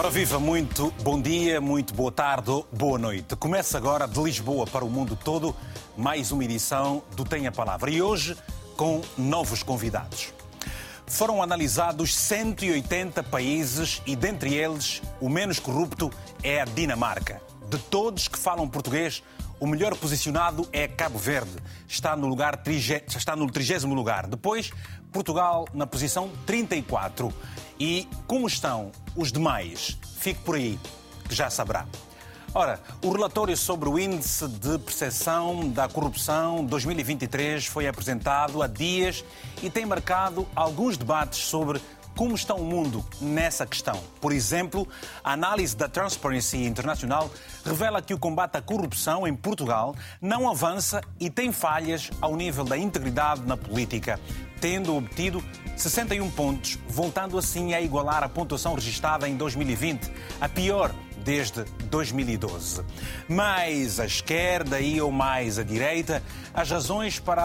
Ora viva, muito bom dia, muito boa tarde, boa noite. Começa agora de Lisboa para o mundo todo mais uma edição do Tem a Palavra e hoje com novos convidados. Foram analisados 180 países e dentre eles o menos corrupto é a Dinamarca. De todos que falam português, o melhor posicionado é Cabo Verde. Está no 30º lugar. Depois, Portugal na posição 34. E como estão os demais? Fique por aí, que já saberá. Ora, o relatório sobre o Índice de Percepção da Corrupção 2023 foi apresentado há dias e tem marcado alguns debates sobre como está o mundo nessa questão. Por exemplo, a análise da Transparency International revela que o combate à corrupção em Portugal não avança e tem falhas ao nível da integridade na política, tendo obtido 61 pontos, voltando assim a igualar a pontuação registada em 2020, a pior desde 2012. Mais à esquerda ou mais à direita, as razões para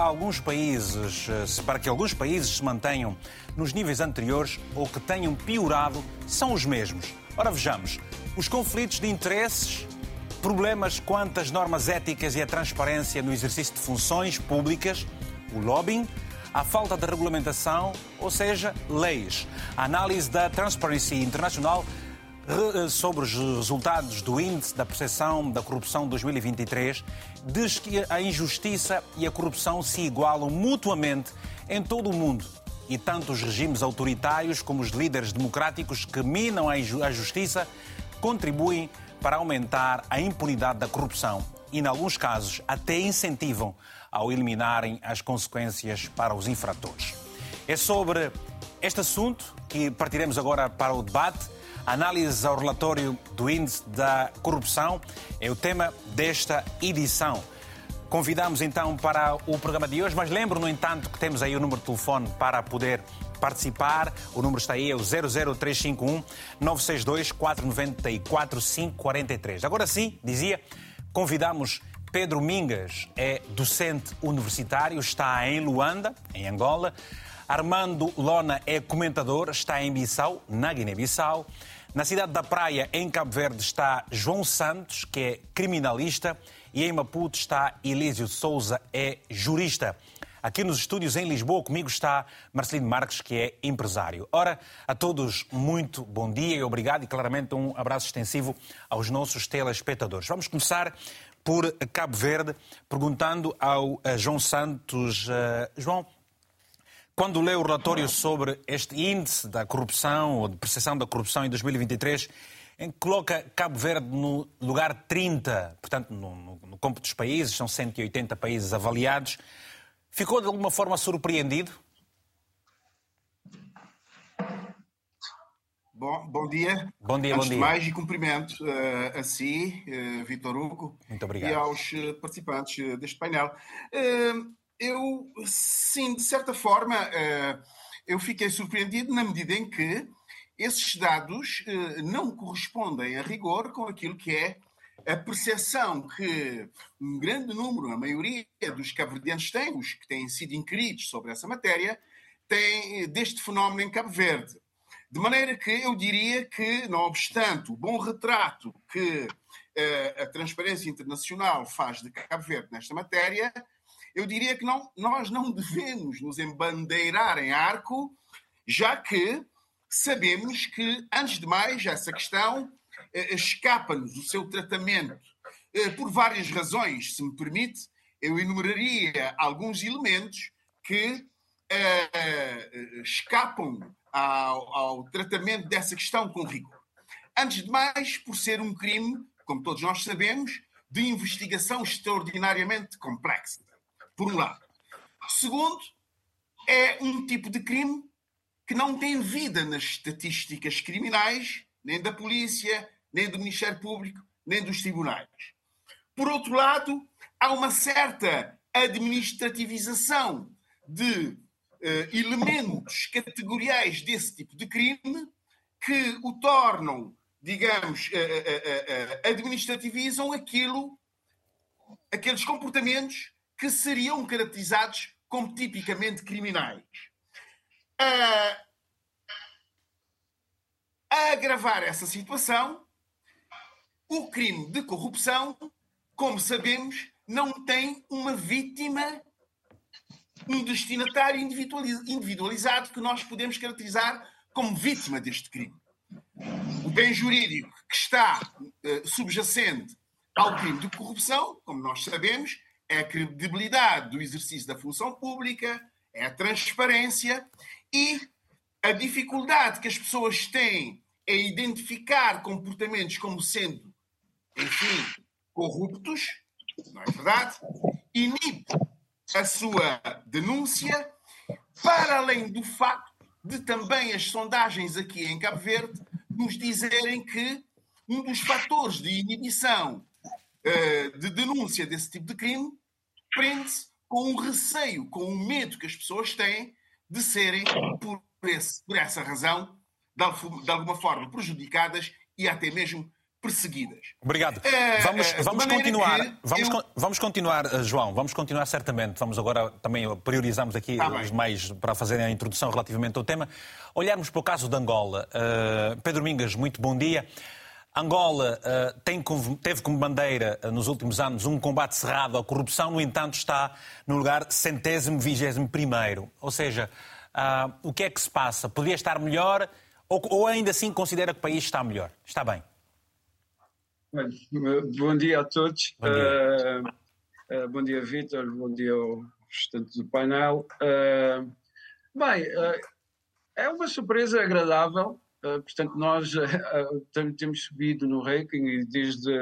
que alguns países se mantenham nos níveis anteriores ou que tenham piorado são os mesmos. Ora, vejamos. Os conflitos de interesses, problemas quanto às normas éticas e a transparência no exercício de funções públicas, o lobbying, a falta de regulamentação, ou seja, leis. A análise da Transparency International sobre os resultados do Índice da Percepção da Corrupção 2023 diz que a injustiça e a corrupção se igualam mutuamente em todo o mundo. E tanto os regimes autoritários como os líderes democráticos que minam a justiça contribuem para aumentar a impunidade da corrupção e, em alguns casos, até incentivam ao eliminarem as consequências para os infratores. É sobre este assunto que partiremos agora para o debate. A análise ao relatório do Índice da Corrupção é o tema desta edição. Convidamos então para o programa de hoje, mas lembro, no entanto, que temos aí o número de telefone para poder participar. O número está aí, é o 00351 962 494 543. Agora sim, dizia, convidamos Pedro Mingas, é docente universitário, está em Luanda, em Angola. Armando Lona é comentador, está em Bissau, na Guiné-Bissau. Na cidade da Praia, em Cabo Verde, está João Santos, que é criminalista. E em Maputo está Elísio Souza, é jurista. Aqui nos estúdios em Lisboa, comigo está Marcelino Marques, que é empresário. Ora, a todos muito bom dia e obrigado e claramente um abraço extensivo aos nossos telespectadores. Vamos começar por Cabo Verde, perguntando ao João Santos. João, quando lê o relatório sobre este índice da corrupção ou de percepção da corrupção em 2023, coloca Cabo Verde no lugar 30, portanto, no cômputo dos países, são 180 países avaliados. Ficou de alguma forma surpreendido? Bom dia. Bom dia, Antes bom dia. de mais, e cumprimento a si, Vítor Hugo, muito obrigado, e aos participantes deste painel. Eu, sim, de certa forma, eu fiquei surpreendido na medida em que esses dados não correspondem a rigor com aquilo que é a percepção que um grande número, a maioria dos cabo-verdianos têm, os que têm sido inquiridos sobre essa matéria, têm deste fenómeno em Cabo Verde. De maneira que eu diria que, não obstante o bom retrato que a Transparência Internacional faz de Cabo Verde nesta matéria, eu diria que nós não devemos nos embandeirar em arco, já que sabemos que, antes de mais, essa questão escapa-nos o seu tratamento por várias razões. Se me permite, eu enumeraria alguns elementos que escapam ao tratamento dessa questão com rigor. Antes de mais, por ser um crime, como todos nós sabemos, de investigação extraordinariamente complexa, por um lado. Segundo, é um tipo de crime que não tem vida nas estatísticas criminais, nem da polícia, nem do Ministério Público, nem dos tribunais. Por outro lado, há uma certa administrativização de elementos categoriais desse tipo de crime que o tornam, digamos, administrativizam aqueles comportamentos que seriam caracterizados como tipicamente criminais. A agravar essa situação, o crime de corrupção, como sabemos, não tem uma vítima, um destinatário individualizado que nós podemos caracterizar como vítima deste crime. O bem jurídico que está subjacente ao crime de corrupção, como nós sabemos, é a credibilidade do exercício da função pública, é a transparência e a dificuldade que as pessoas têm em identificar comportamentos como sendo, enfim, corruptos, não é verdade? Inibe a sua denúncia, para além do facto de também as sondagens aqui em Cabo Verde nos dizerem que um dos fatores de inibição de denúncia desse tipo de crime prende-se com um receio, com um medo que as pessoas têm de serem, por essa razão, de alguma forma prejudicadas e até mesmo perseguidas. Obrigado. Vamos continuar. Vamos continuar, João. Vamos continuar certamente. Vamos agora também priorizamos aqui os mais para fazerem a introdução relativamente ao tema. Olharmos para o caso de Angola. Pedro Mingas, muito bom dia. Angola teve como bandeira nos últimos anos um combate cerrado à corrupção, no entanto está no lugar 121º. Ou seja, o que é que se passa? Poderia estar melhor ou ainda assim considera que o país está melhor? Está bem? Bom dia a todos. Bom dia, bom dia Vítor, bom dia ao restante do painel. É uma surpresa agradável. Portanto, nós temos subido no ranking desde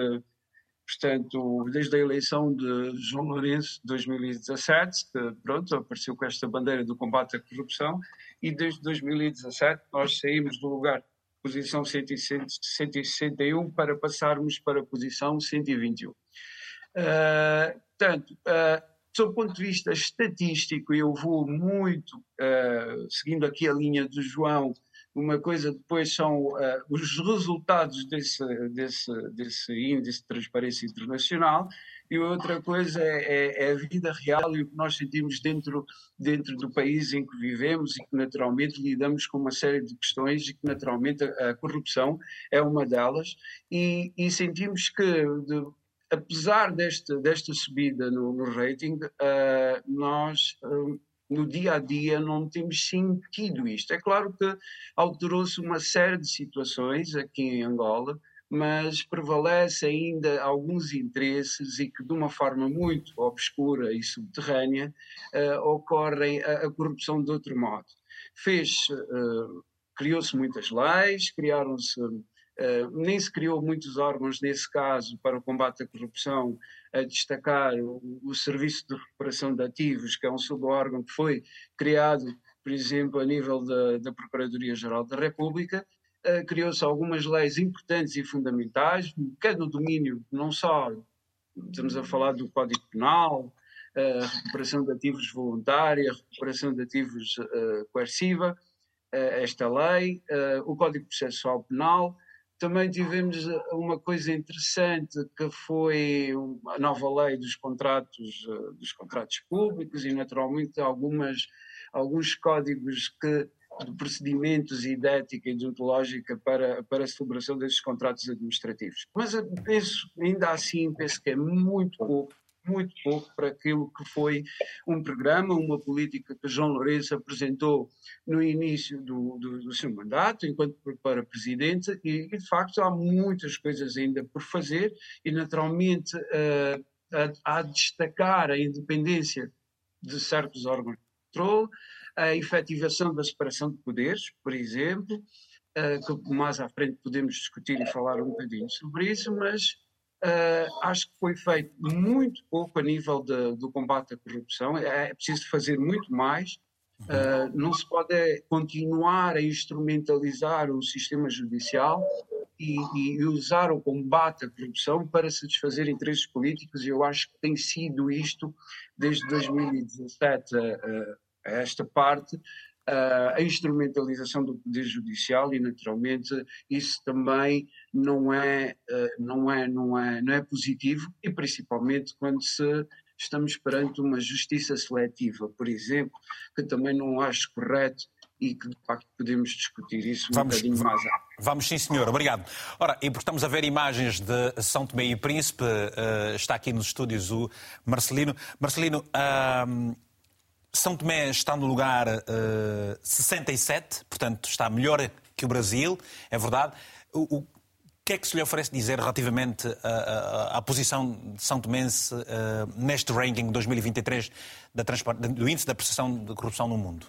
a eleição de João Lourenço de 2017, que pronto, apareceu com esta bandeira do combate à corrupção, e desde 2017 nós saímos do lugar posição 161 para passarmos para a posição 121. Portanto, sob o ponto de vista estatístico, eu vou muito, seguindo aqui a linha do João, uma coisa depois são os resultados desse índice de transparência internacional, e outra coisa é a vida real e o que nós sentimos dentro do país em que vivemos e que naturalmente lidamos com uma série de questões e que naturalmente a corrupção é uma delas, e sentimos que apesar desta subida no rating, nós no dia a dia não temos sentido isto. É claro que alterou-se uma série de situações aqui em Angola, mas prevalece ainda alguns interesses e que de uma forma muito obscura e subterrânea ocorre a corrupção de outro modo. Criou-se muitas leis, nem se criou muitos órgãos nesse caso para o combate à corrupção, a destacar o Serviço de Recuperação de Ativos, que é um subórgão que foi criado, por exemplo, a nível da Procuradoria-Geral da República. Criou-se algumas leis importantes e fundamentais, que é no domínio não só, estamos a falar do Código Penal, a recuperação de ativos voluntária, a recuperação de ativos coerciva, esta lei, o Código Processual Penal. Também tivemos uma coisa interessante que foi a nova lei dos contratos públicos e naturalmente alguns códigos de procedimentos e de ética e deontológica para a celebração desses contratos administrativos. Mas ainda assim penso que é muito pouco para aquilo que foi um programa, uma política que João Lourenço apresentou no início do seu mandato, enquanto para presidente, e de facto há muitas coisas ainda por fazer e naturalmente há de destacar a independência de certos órgãos de controle, a efetivação da separação de poderes, por exemplo, que mais à frente podemos discutir e falar um bocadinho sobre isso, mas acho que foi feito muito pouco a nível do combate à corrupção. É preciso fazer muito mais. Não se pode continuar a instrumentalizar o sistema judicial e usar o combate à corrupção para satisfazer interesses políticos, e eu acho que tem sido isto desde 2017 a esta parte, a instrumentalização do poder judicial, e naturalmente isso também não é positivo, e principalmente quando estamos perante uma justiça seletiva, por exemplo, que também não acho correto e que de facto podemos discutir isso um bocadinho mais à frente. Vamos sim, senhor. Obrigado. Ora, e porque estamos a ver imagens de São Tomé e Príncipe, está aqui nos estúdios o Marcelino. Marcelino, São Tomé está no lugar 67, portanto está melhor que o Brasil, é verdade. O que é que se lhe oferece dizer relativamente à posição de São Tomense neste ranking 2023 do índice da percepção de corrupção no mundo?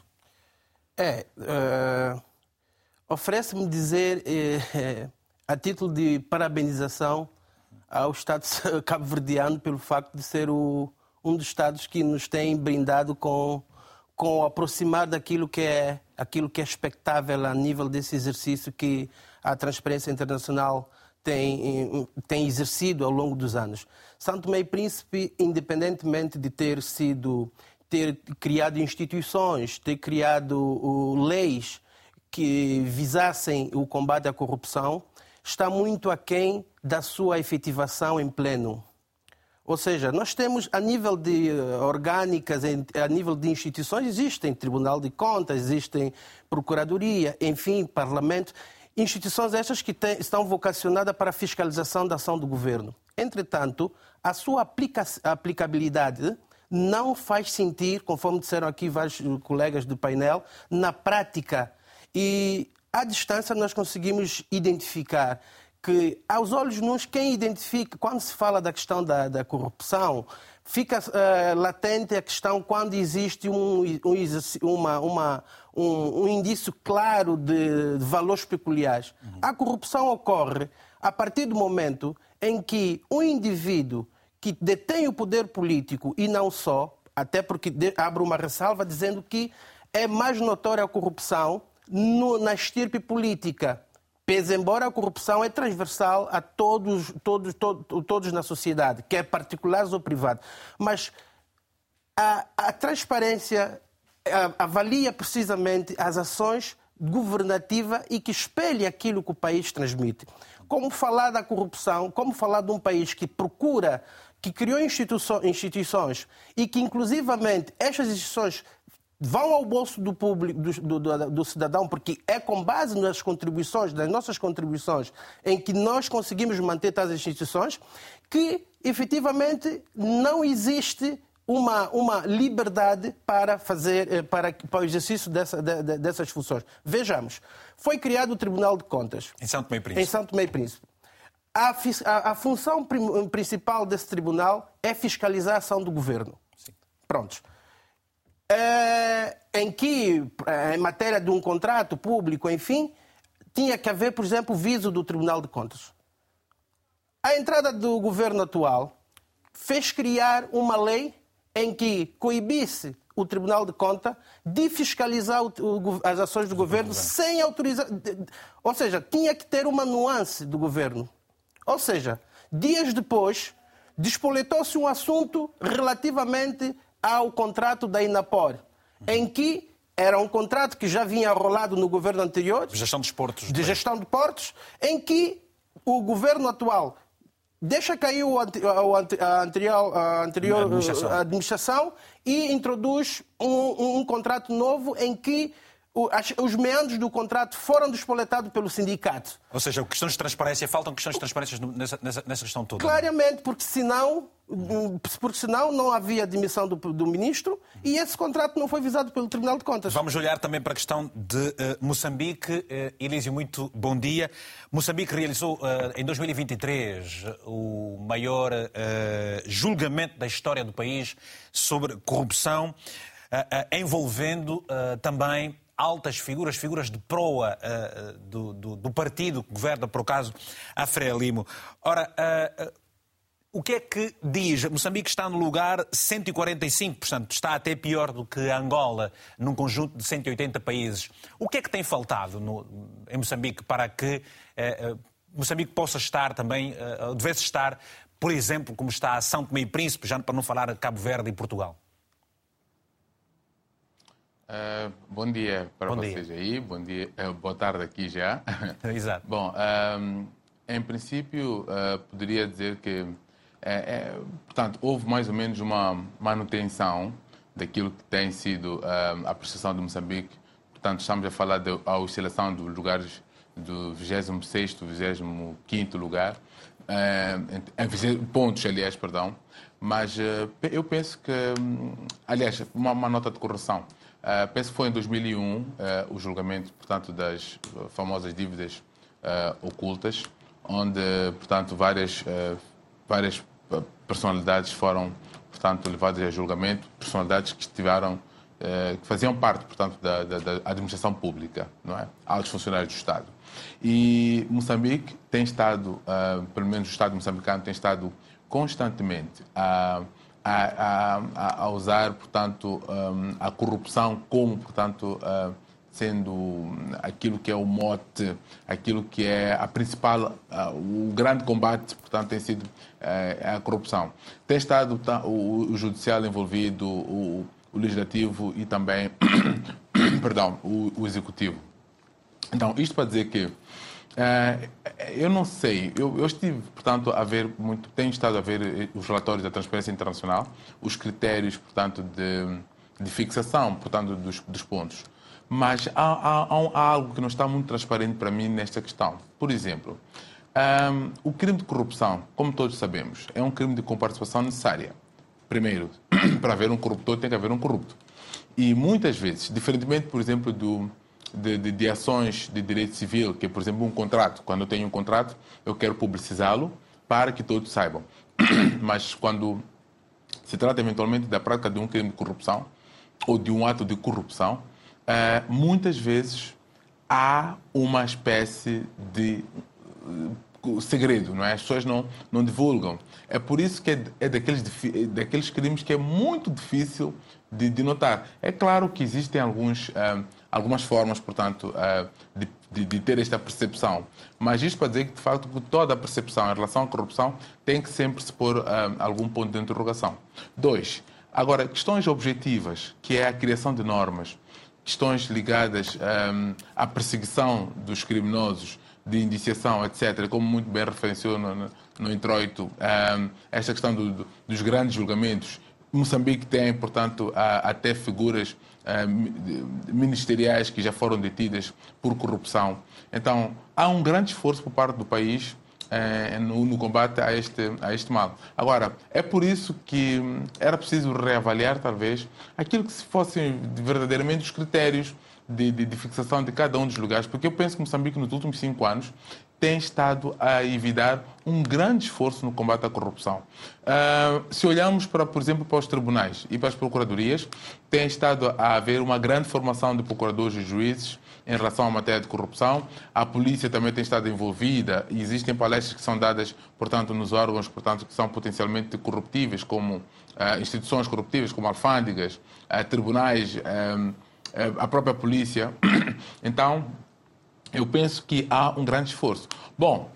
Oferece-me dizer, a título de parabenização ao Estado cabo-verdiano pelo facto de ser um dos Estados que nos tem brindado com o aproximar daquilo que é expectável a nível desse exercício que a Transparência Internacional tem exercido ao longo dos anos. São Tomé e Príncipe, independentemente de ter criado instituições, ter criado leis que visassem o combate à corrupção, está muito aquém da sua efetivação em pleno. Ou seja, nós temos, a nível de orgânicas, a nível de instituições, existem Tribunal de Contas, existem Procuradoria, enfim, Parlamento, instituições estas que estão vocacionadas para a fiscalização da ação do governo. Entretanto, a sua aplicabilidade não faz sentir, conforme disseram aqui vários colegas do painel, na prática. E à distância nós conseguimos identificar que, aos olhos nus, quem identifica, quando se fala da questão da corrupção, fica latente a questão quando existe um indício claro de valores peculiares. A corrupção ocorre a partir do momento em que um indivíduo que detém o poder político, e não só, até porque abre uma ressalva dizendo que é mais notória a corrupção na estirpe política. Pese embora a corrupção é transversal a todos na sociedade, quer particulares ou privados. Mas a transparência avalia precisamente as ações governativas e que espelha aquilo que o país transmite. Como falar da corrupção, como falar de um país que procura, que criou instituições e que, inclusivamente, estas instituições vão ao bolso do público, do cidadão, porque é com base nas contribuições, nas nossas contribuições, em que nós conseguimos manter tais instituições, que efetivamente não existe uma liberdade para o exercício dessas funções. Vejamos, foi criado o Tribunal de Contas. Em São Tomé e Príncipe. Em São Tomé e Príncipe. A função principal desse tribunal é fiscalizar a ação do governo. Sim. Prontos. Em que, em matéria de um contrato público, enfim, tinha que haver, por exemplo, o viso do Tribunal de Contas. A entrada do governo atual fez criar uma lei em que coibisse o Tribunal de Contas de fiscalizar as ações do governo sem autorização. Ou seja, tinha que ter uma nuance do governo. Ou seja, dias depois, despoletou-se um assunto relativamente ao contrato da Inapor, em que era um contrato que já vinha rolado no governo anterior, de gestão dos portos. De gestão de portos, em que o governo atual deixa cair a anterior administração e introduz um contrato novo em que os meandros do contrato foram despoletados pelo sindicato. Ou seja, questões de transparência, faltam questões de transparência nessa questão toda. Claramente, porque senão não havia admissão do ministro e esse contrato não foi visado pelo Tribunal de Contas. Vamos olhar também para a questão de Moçambique. Elísio, muito bom dia. Moçambique realizou em 2023 o maior julgamento da história do país sobre corrupção, envolvendo também altas figuras de proa do partido que governa, por acaso, a Frelimo. Ora, o que é que diz? Moçambique está no lugar 145, portanto, está até pior do que Angola, num conjunto de 180 países. O que é que tem faltado em Moçambique para que Moçambique possa estar também, devesse estar, por exemplo, como está São Tomé e Príncipe, já para não falar Cabo Verde e Portugal? Bom dia para vocês aí, bom dia, boa tarde aqui já. Exato. Bom, em princípio, poderia dizer que, portanto, houve mais ou menos uma manutenção daquilo que tem sido a prestação de Moçambique. Portanto, estamos a falar da oscilação dos lugares do 26º, 25º lugar, pontos, aliás, perdão. Mas eu penso que, aliás, uma nota de correção. Penso que foi em 2001 o julgamento, portanto, das famosas dívidas ocultas, onde, portanto, várias personalidades foram, portanto, levadas a julgamento, personalidades que que faziam parte, portanto, da administração pública, não é? Altos funcionários do Estado. E Moçambique tem estado, pelo menos o Estado moçambicano tem estado constantemente a usar, portanto, a corrupção como, portanto, sendo aquilo que é o mote, aquilo que é a principal, o grande combate, portanto, tem sido a corrupção. Tem estado o judicial envolvido, o legislativo e também, perdão, o executivo. Então, isto para dizer que eu não sei, eu estive, portanto, tenho estado a ver os relatórios da Transparência Internacional, os critérios, portanto, de fixação, portanto, dos pontos. Mas há algo que não está muito transparente para mim nesta questão. Por exemplo, o crime de corrupção, como todos sabemos, é um crime de comparticipação necessária. Primeiro, para haver um corruptor tem que haver um corrupto. E muitas vezes, diferentemente, por exemplo, de ações de direito civil, que é, por exemplo, um contrato. Quando eu tenho um contrato, eu quero publicizá-lo para que todos saibam. Mas quando se trata eventualmente da prática de um crime de corrupção ou de um ato de corrupção, muitas vezes há uma espécie de segredo, não é? As pessoas não divulgam. É por isso que é daqueles crimes que é muito difícil de notar. É claro que existem algumas formas, portanto, de ter esta percepção. Mas isto para dizer que, de facto, toda a percepção em relação à corrupção tem que sempre se pôr algum ponto de interrogação. 2. Agora, questões objetivas, que é a criação de normas, questões ligadas à perseguição dos criminosos, de indiciação, etc., como muito bem referenciou no introito, esta questão dos grandes julgamentos. Moçambique tem, portanto, até figuras ministeriais que já foram detidas por corrupção. Então, há um grande esforço por parte do país no combate a este mal. Agora, é por isso que era preciso reavaliar, talvez, aquilo que fossem verdadeiramente os critérios de fixação de cada um dos lugares, porque eu penso que Moçambique, nos últimos 5 anos, tem estado a evitar um grande esforço no combate à corrupção. Se olharmos, por exemplo, para os tribunais e para as procuradorias, tem estado a haver uma grande formação de procuradores e juízes em relação à matéria de corrupção. A polícia também tem estado envolvida e existem palestras que são dadas, portanto, nos órgãos, portanto, que são potencialmente corruptíveis, como instituições corruptíveis, como alfândegas, tribunais, a própria polícia. Então, eu penso que há um grande esforço. Bom,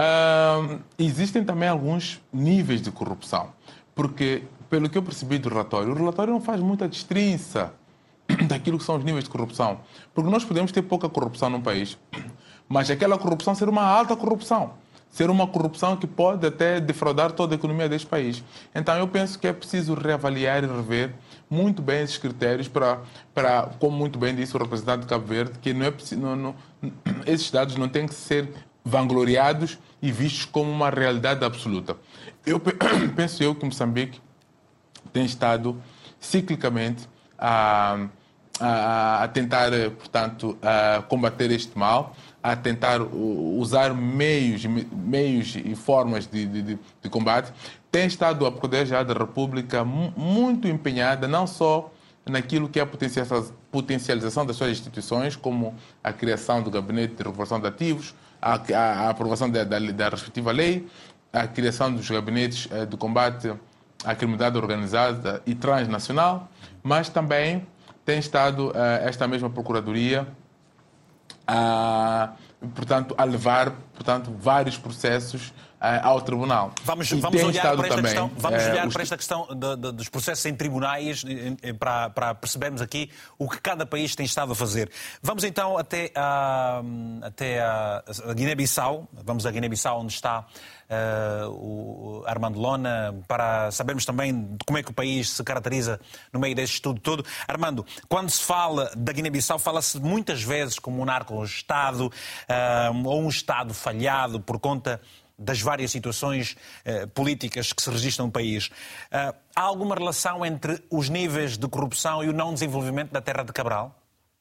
existem também alguns níveis de corrupção, porque, pelo que eu percebi do relatório, o relatório não faz muita destrinça daquilo que são os níveis de corrupção. Porque nós podemos ter pouca corrupção num país, mas aquela corrupção ser uma alta corrupção. Ser uma corrupção que pode até defraudar toda a economia deste país. Então, eu penso que é preciso reavaliar e rever muito bem esses critérios para como muito bem disse o representante de Cabo Verde, que não é preciso, esses dados não têm que ser vangloriados e vistos como uma realidade absoluta. Penso que Moçambique tem estado ciclicamente a tentar, portanto, combater este mal, a tentar usar meios e formas de combate. Tem estado a Procuradoria da República muito empenhada, não só naquilo que é a potencialização das suas instituições, como a criação do Gabinete de Recuperação de Ativos, a aprovação da respectiva lei, a criação dos gabinetes de combate à criminalidade organizada e transnacional, mas também tem estado esta mesma Procuradoria portanto, a levar, portanto, vários processos ao tribunal. Vamos olhar para esta questão dos processos em tribunais para percebermos aqui o que cada país tem estado a fazer. Vamos então até a Guiné-Bissau. Vamos a Guiné-Bissau, onde está o Armando Lona, para sabermos também como é que o país se caracteriza no meio deste estudo todo. Armando, quando se fala da Guiné-Bissau, fala-se muitas vezes como um narco-estado ou um Estado falhado por conta das várias situações políticas que se registram no país. Há alguma relação entre os níveis de corrupção e o não desenvolvimento da terra de Cabral?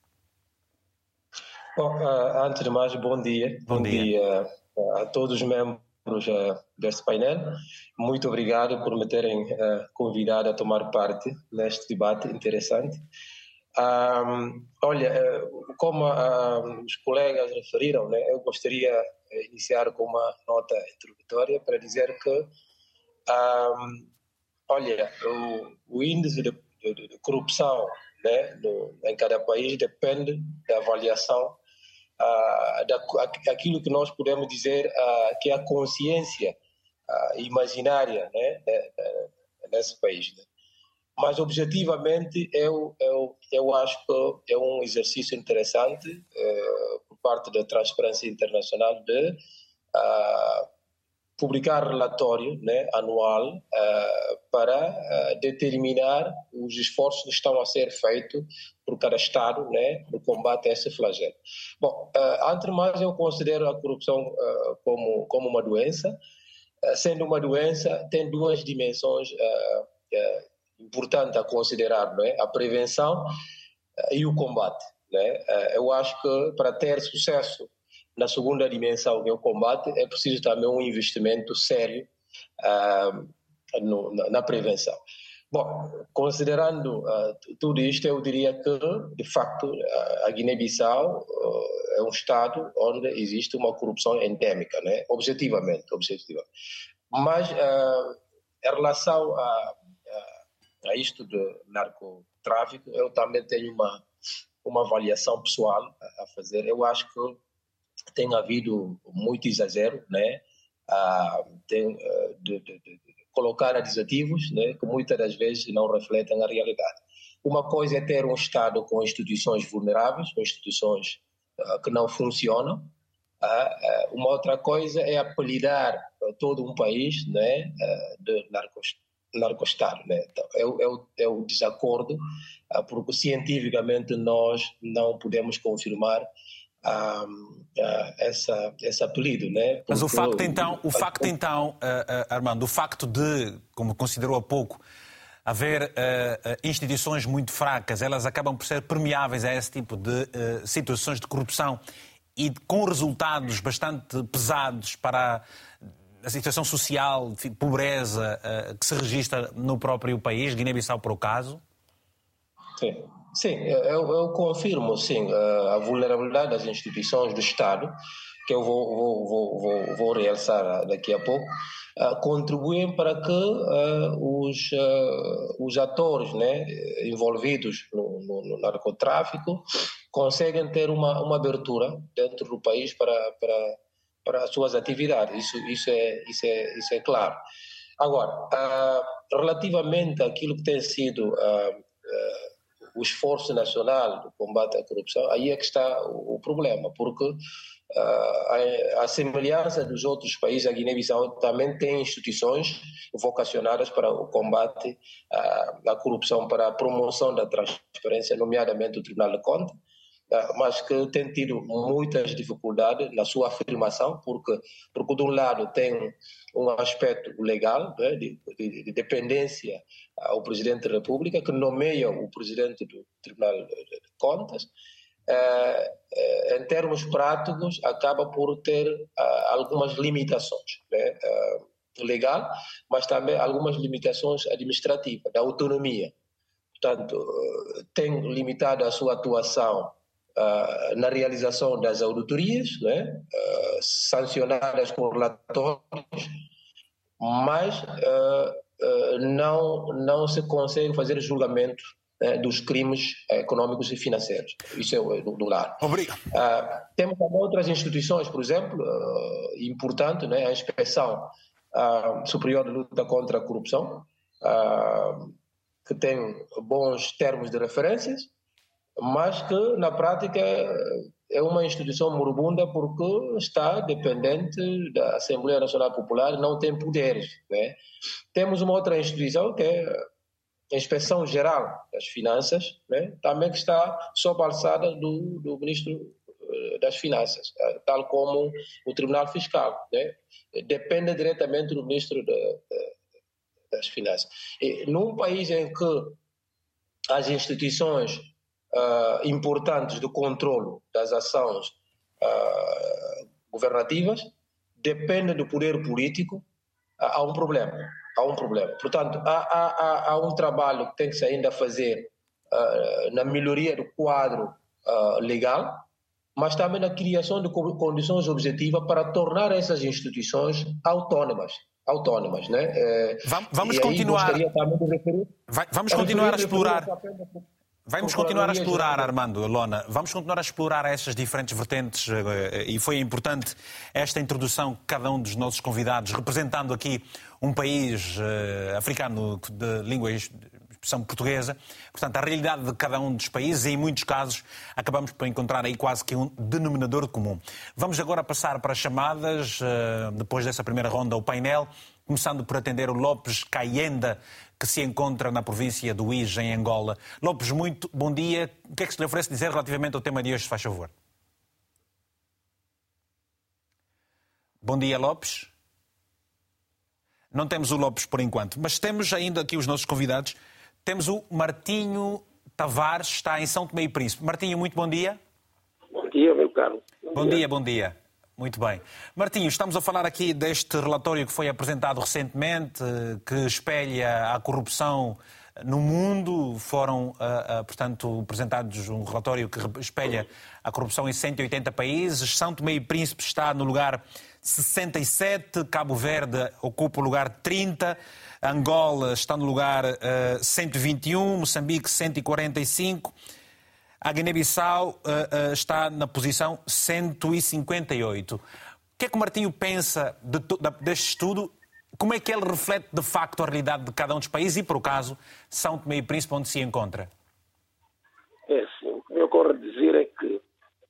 Bom, antes de mais, bom dia. Bom dia a todos os membros deste painel. Muito obrigado por me terem convidado a tomar parte neste debate interessante. Como os colegas referiram, né, eu gostaria de iniciar com uma nota introdutória para dizer que o índice de corrupção, né, em cada país depende da avaliação daquilo que nós podemos dizer que é a consciência imaginária, né, nesse país, né? Mas, objetivamente, eu acho que é um exercício interessante por parte da Transparência Internacional de publicar relatório, né, anual para determinar os esforços que estão a ser feitos por cada Estado, né, no combate a esse flagelo. Bom, antes de mais, eu considero a corrupção como uma doença. Sendo uma doença, tem duas dimensões importante a considerar, não é? A prevenção e o combate, né? Eu acho que para ter sucesso na segunda dimensão, que é o combate, é preciso também um investimento sério na prevenção. Bom, considerando tudo isto, eu diria que, de facto, a Guiné-Bissau é um estado onde existe uma corrupção endémica, né? Objetivamente. Mas, em relação a isto do narcotráfico, eu também tenho uma avaliação pessoal a fazer. Eu acho que tem havido muito exagero, né? De colocar aditivos, né, que muitas das vezes não refletem a realidade. Uma coisa é ter um Estado com instituições vulneráveis, com instituições que não funcionam. Uma outra coisa é apelidar todo um país, né, de narco-estado, né? Então, é o desacordo, porque cientificamente nós não podemos confirmar esse apelido, né? Porque mas o facto então, Armando, o facto de, como considerou há pouco, haver instituições muito fracas, elas acabam por ser permeáveis a esse tipo de situações de corrupção e com resultados bastante pesados para a situação social, pobreza que se registra no próprio país, Guiné-Bissau por acaso? Sim, eu confirmo, sim, a vulnerabilidade das instituições do Estado, que eu vou realçar daqui a pouco, contribuem para que os atores, né, envolvidos no narcotráfico conseguem ter uma abertura dentro do país para as suas atividades. Isso é claro. Agora, relativamente àquilo que tem sido o esforço nacional do combate à corrupção, aí é que está o problema, porque a semelhança dos outros países, a Guiné-Bissau também tem instituições vocacionadas para o combate à corrupção, para a promoção da transparência, nomeadamente o Tribunal de Contas, mas que tem tido muitas dificuldades na sua afirmação, porque de um lado tem um aspecto legal, né, de dependência ao Presidente da República, que nomeia o Presidente do Tribunal de Contas. Em termos práticos, acaba por ter algumas limitações, né, legal, mas também algumas limitações administrativas, da autonomia. Portanto, tem limitado a sua atuação na realização das auditorias, né, sancionadas com relatórios, mas não se consegue fazer julgamento dos crimes econômicos e financeiros. Isso é do lado. Obrigado. Temos também outras instituições, por exemplo, importante, né, a Inspeção Superior de Luta contra a Corrupção, que tem bons termos de referências, mas que na prática é uma instituição moribunda porque está dependente da Assembleia Nacional Popular e não tem poderes, né? Temos uma outra instituição que é a Inspeção Geral das Finanças, né? Também que está sob a alçada do Ministro das Finanças, tal como o Tribunal Fiscal, né? Depende diretamente do Ministro das Finanças. E num país em que as instituições importantes do controlo das ações governativas dependem do poder político, há um problema. Portanto, há um trabalho que tem que se ainda fazer na melhoria do quadro legal, mas também na criação de condições objetivas para tornar essas instituições autónomas, né? Vamos continuar. Vamos continuar a explorar. Vamos continuar a explorar, Armando, Lona, vamos continuar a explorar essas diferentes vertentes e foi importante esta introdução que cada um dos nossos convidados, representando aqui um país africano de língua e expressão portuguesa, portanto, a realidade de cada um dos países e, em muitos casos, acabamos por encontrar aí quase que um denominador comum. Vamos agora passar para as chamadas, depois dessa primeira ronda, ao painel, começando por atender o Lopes Caienda, que se encontra na província do Ije, em Angola. Lopes, muito bom dia. O que é que se lhe oferece dizer relativamente ao tema de hoje, se faz favor? Bom dia, Lopes. Não temos o Lopes por enquanto, mas temos ainda aqui os nossos convidados. Temos o Martinho Tavares, está em São Tomé e Príncipe. Martinho, muito bom dia. Bom dia, meu caro. Bom dia. Muito bem. Martinho, estamos a falar aqui deste relatório que foi apresentado recentemente, que espelha a corrupção no mundo. Foram, portanto, apresentados um relatório que espelha a corrupção em 180 países. São Tomé e Príncipe está no lugar 67, Cabo Verde ocupa o lugar 30, Angola está no lugar 121, Moçambique 145... A Guiné-Bissau está na posição 158. O que é que o Martinho pensa deste estudo? Como é que ele reflete de facto a realidade de cada um dos países e, por acaso, São Tomé e Príncipe, onde se encontra? É assim, o que me ocorre dizer é que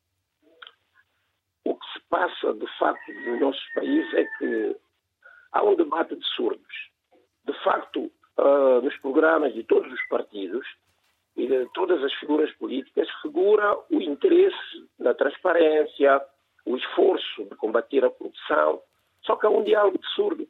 o que se passa, de facto, nos nossos países é que há um debate de surdos. De facto, nos programas de todos os partidos e de todas as figuras políticas figura o interesse na transparência, o esforço de combater a corrupção, só que há um diálogo de surdo.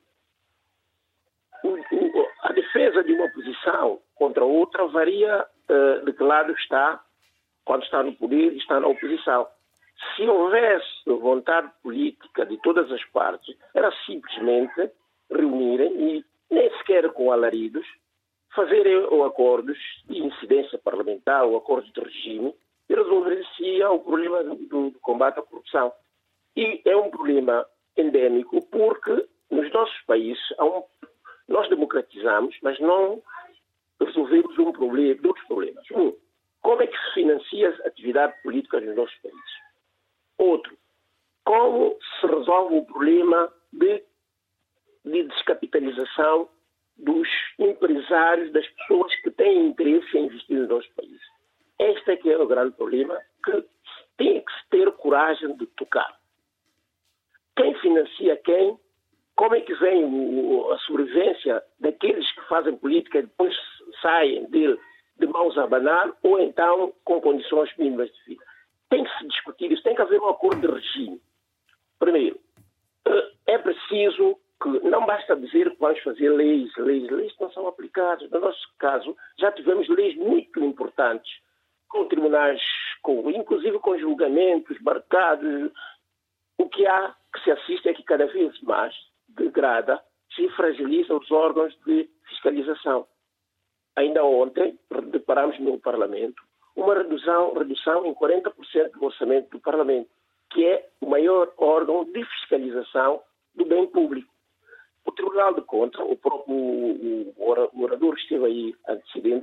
A defesa de uma posição contra outra varia de que lado está, quando está no poder e está na oposição. Se houvesse vontade política de todas as partes, era simplesmente reunirem e, nem sequer com alaridos, fazerem acordos de incidência parlamentar ou acordos de regime e resolver-se o problema do combate à corrupção. E é um problema endémico porque nos nossos países nós democratizamos, mas não resolvemos dois problemas. Um, como é que se financia a atividade política nos nossos países? Outro, como se resolve o problema de descapitalização dos empresários, das pessoas que têm interesse em investir nos nossos países. Este é que é o grande problema que tem que se ter coragem de tocar. Quem financia quem? Como é que vem a sobrevivência daqueles que fazem política e depois saem de mãos a abanar ou então com condições mínimas de vida? Tem que se discutir isso, tem que haver um acordo de regime. Primeiro, é preciso que não basta dizer que vamos fazer leis não são aplicadas. No nosso caso, já tivemos leis muito importantes, com tribunais, inclusive com julgamentos marcados. O que há que se assiste é que cada vez mais degrada, se fragilizam os órgãos de fiscalização. Ainda ontem, deparamos no Parlamento uma redução em 40% do orçamento do Parlamento, que é o maior órgão de fiscalização do bem público. O Tribunal de Contas, o próprio orador que esteve aí antecedendo,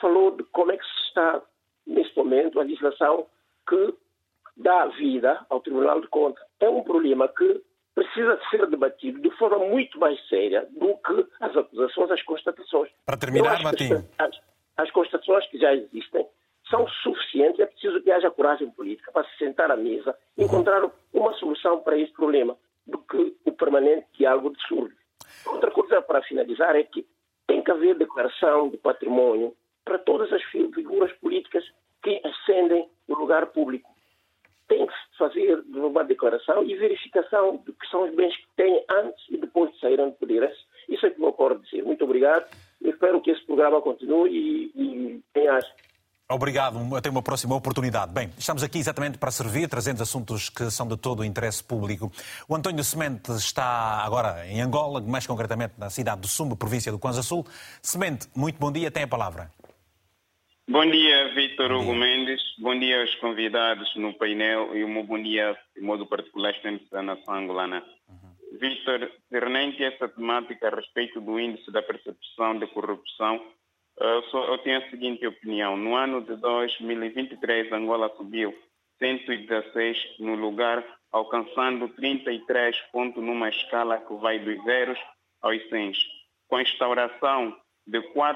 falou de como é que se está, neste momento, a legislação que dá vida ao Tribunal de Contas. É um problema que precisa de ser debatido de forma muito mais séria do que as acusações, as constatações. Para terminar, Matinho. As constatações que já existem são suficientes. É preciso que haja coragem política para se sentar à mesa e encontrar uma solução para este problema do que o permanente diálogo de surdos. Outra coisa, para finalizar, é que tem que haver declaração de património para todas as figuras políticas que ascendem no lugar público. Tem que se fazer uma declaração e verificação de que são os bens que têm antes e depois de saírem do poder. Isso é que me ocorre dizer. Muito obrigado. Eu espero que esse programa continue e tenha. Obrigado. Até uma próxima oportunidade. Bem, estamos aqui exatamente para servir, trazendo assuntos que são de todo o interesse público. O António Semente está agora em Angola, mais concretamente na cidade do Sumbe, província do Kwanza Sul. Semente, muito bom dia. Tem a palavra. Bom dia, Vítor Hugo Mendes. Bom dia aos convidados no painel e um bom dia, de modo particular, da nação angolana. Vítor, referente a essa temática a respeito do índice da percepção de corrupção, eu tenho a seguinte opinião. No ano de 2023, Angola subiu 116 no lugar, alcançando 33 pontos numa escala que vai dos 0 aos 100. Com a instauração de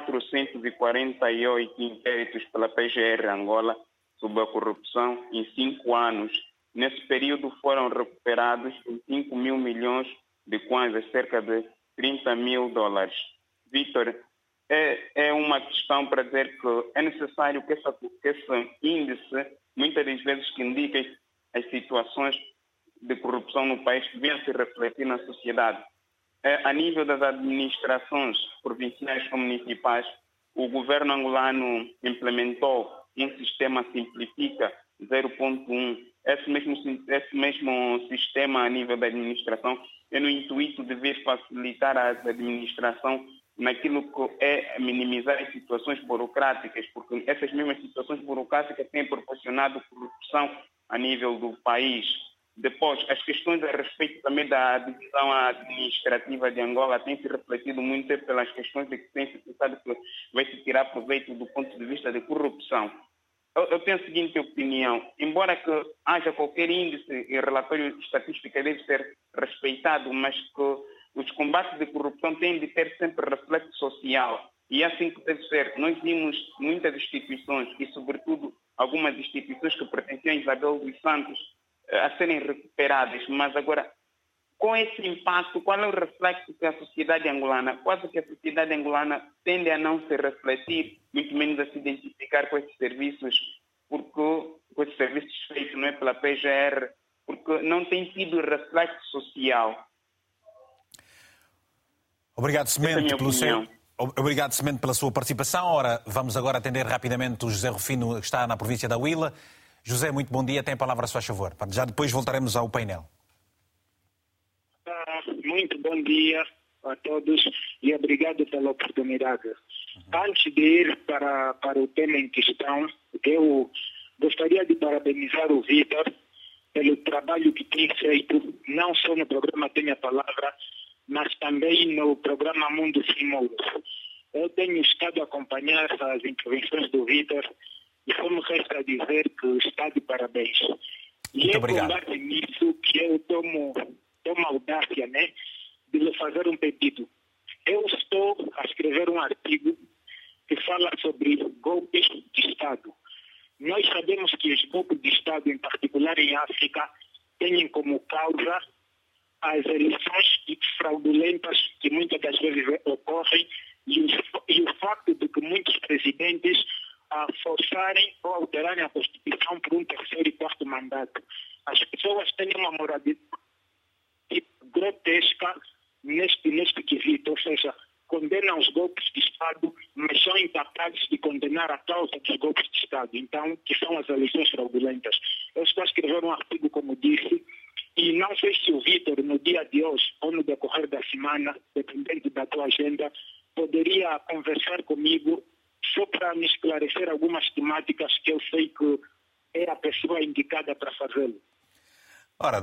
448 inquéritos pela PGR Angola sobre a corrupção em 5 anos. Nesse período foram recuperados 5 mil milhões de kwanzas, cerca de 30 mil dólares. Vítor, é uma questão para dizer que é necessário que esse índice, muitas das vezes que indica as situações de corrupção no país, venha se refletir na sociedade. A nível das administrações provinciais ou municipais, o governo angolano implementou um sistema Simplifica 0.1. Esse mesmo sistema a nível da administração é no intuito de vir facilitar a administração naquilo que é minimizar as situações burocráticas, porque essas mesmas situações burocráticas têm proporcionado corrupção a nível do país. Depois, as questões a respeito também da divisão administrativa de Angola têm se refletido muito pelas questões de que tem se pensado que vai se tirar proveito do ponto de vista de corrupção. Eu tenho a seguinte opinião. Embora que haja qualquer índice e relatório estatístico que deve ser respeitado, mas que os combates de corrupção têm de ter sempre reflexo social. E é assim que deve ser. Nós vimos muitas instituições, e sobretudo algumas instituições que pertenciam a Isabel dos Santos, a serem recuperadas, mas agora, com esse impacto, qual é o reflexo que a sociedade angolana, quase que a sociedade angolana tende a não se refletir, muito menos a se identificar com esses serviços, porque com esses serviços feitos não é pela PGR, porque não tem tido reflexo social. Obrigado, Semente, Obrigado, Semente, pela sua participação. Ora, vamos agora atender rapidamente o José Rufino, que está na província da Huila. José, muito bom dia. Tem a palavra, a sua favor. Já depois voltaremos ao painel. Muito bom dia a todos e obrigado pela oportunidade. Antes de ir para o tema em questão, eu gostaria de parabenizar o Vítor pelo trabalho que tem feito, não só no programa Tenha a Palavra, mas também no programa Mundo Sem Muros. Eu tenho estado a acompanhar as intervenções do Vítor e só me resta dizer que está de parabéns. E é com base nisso que eu tomo a audácia, né, de lhe fazer um pedido. Eu estou a escrever um artigo que fala sobre golpes de Estado. Nós sabemos que os golpes de Estado, em particular em África, têm como causa as eleições fraudulentas que muitas das vezes ocorrem e o facto de que muitos presidentes forçarem ou alterarem a Constituição por um terceiro e quarto mandato. As pessoas têm uma moralidade grotesca neste quesito, ou seja, condenam os golpes de Estado, mas são incapazes de condenar a causa dos golpes de Estado, então, que são as eleições fraudulentas. Eu estou a escrever um artigo, como disse, e não sei se o Vítor, no dia de hoje ou no decorrer da semana, dependendo da tua agenda, poderia conversar comigo só para me esclarecer algumas temáticas que eu sei que é a pessoa indicada para fazê-lo. Ora,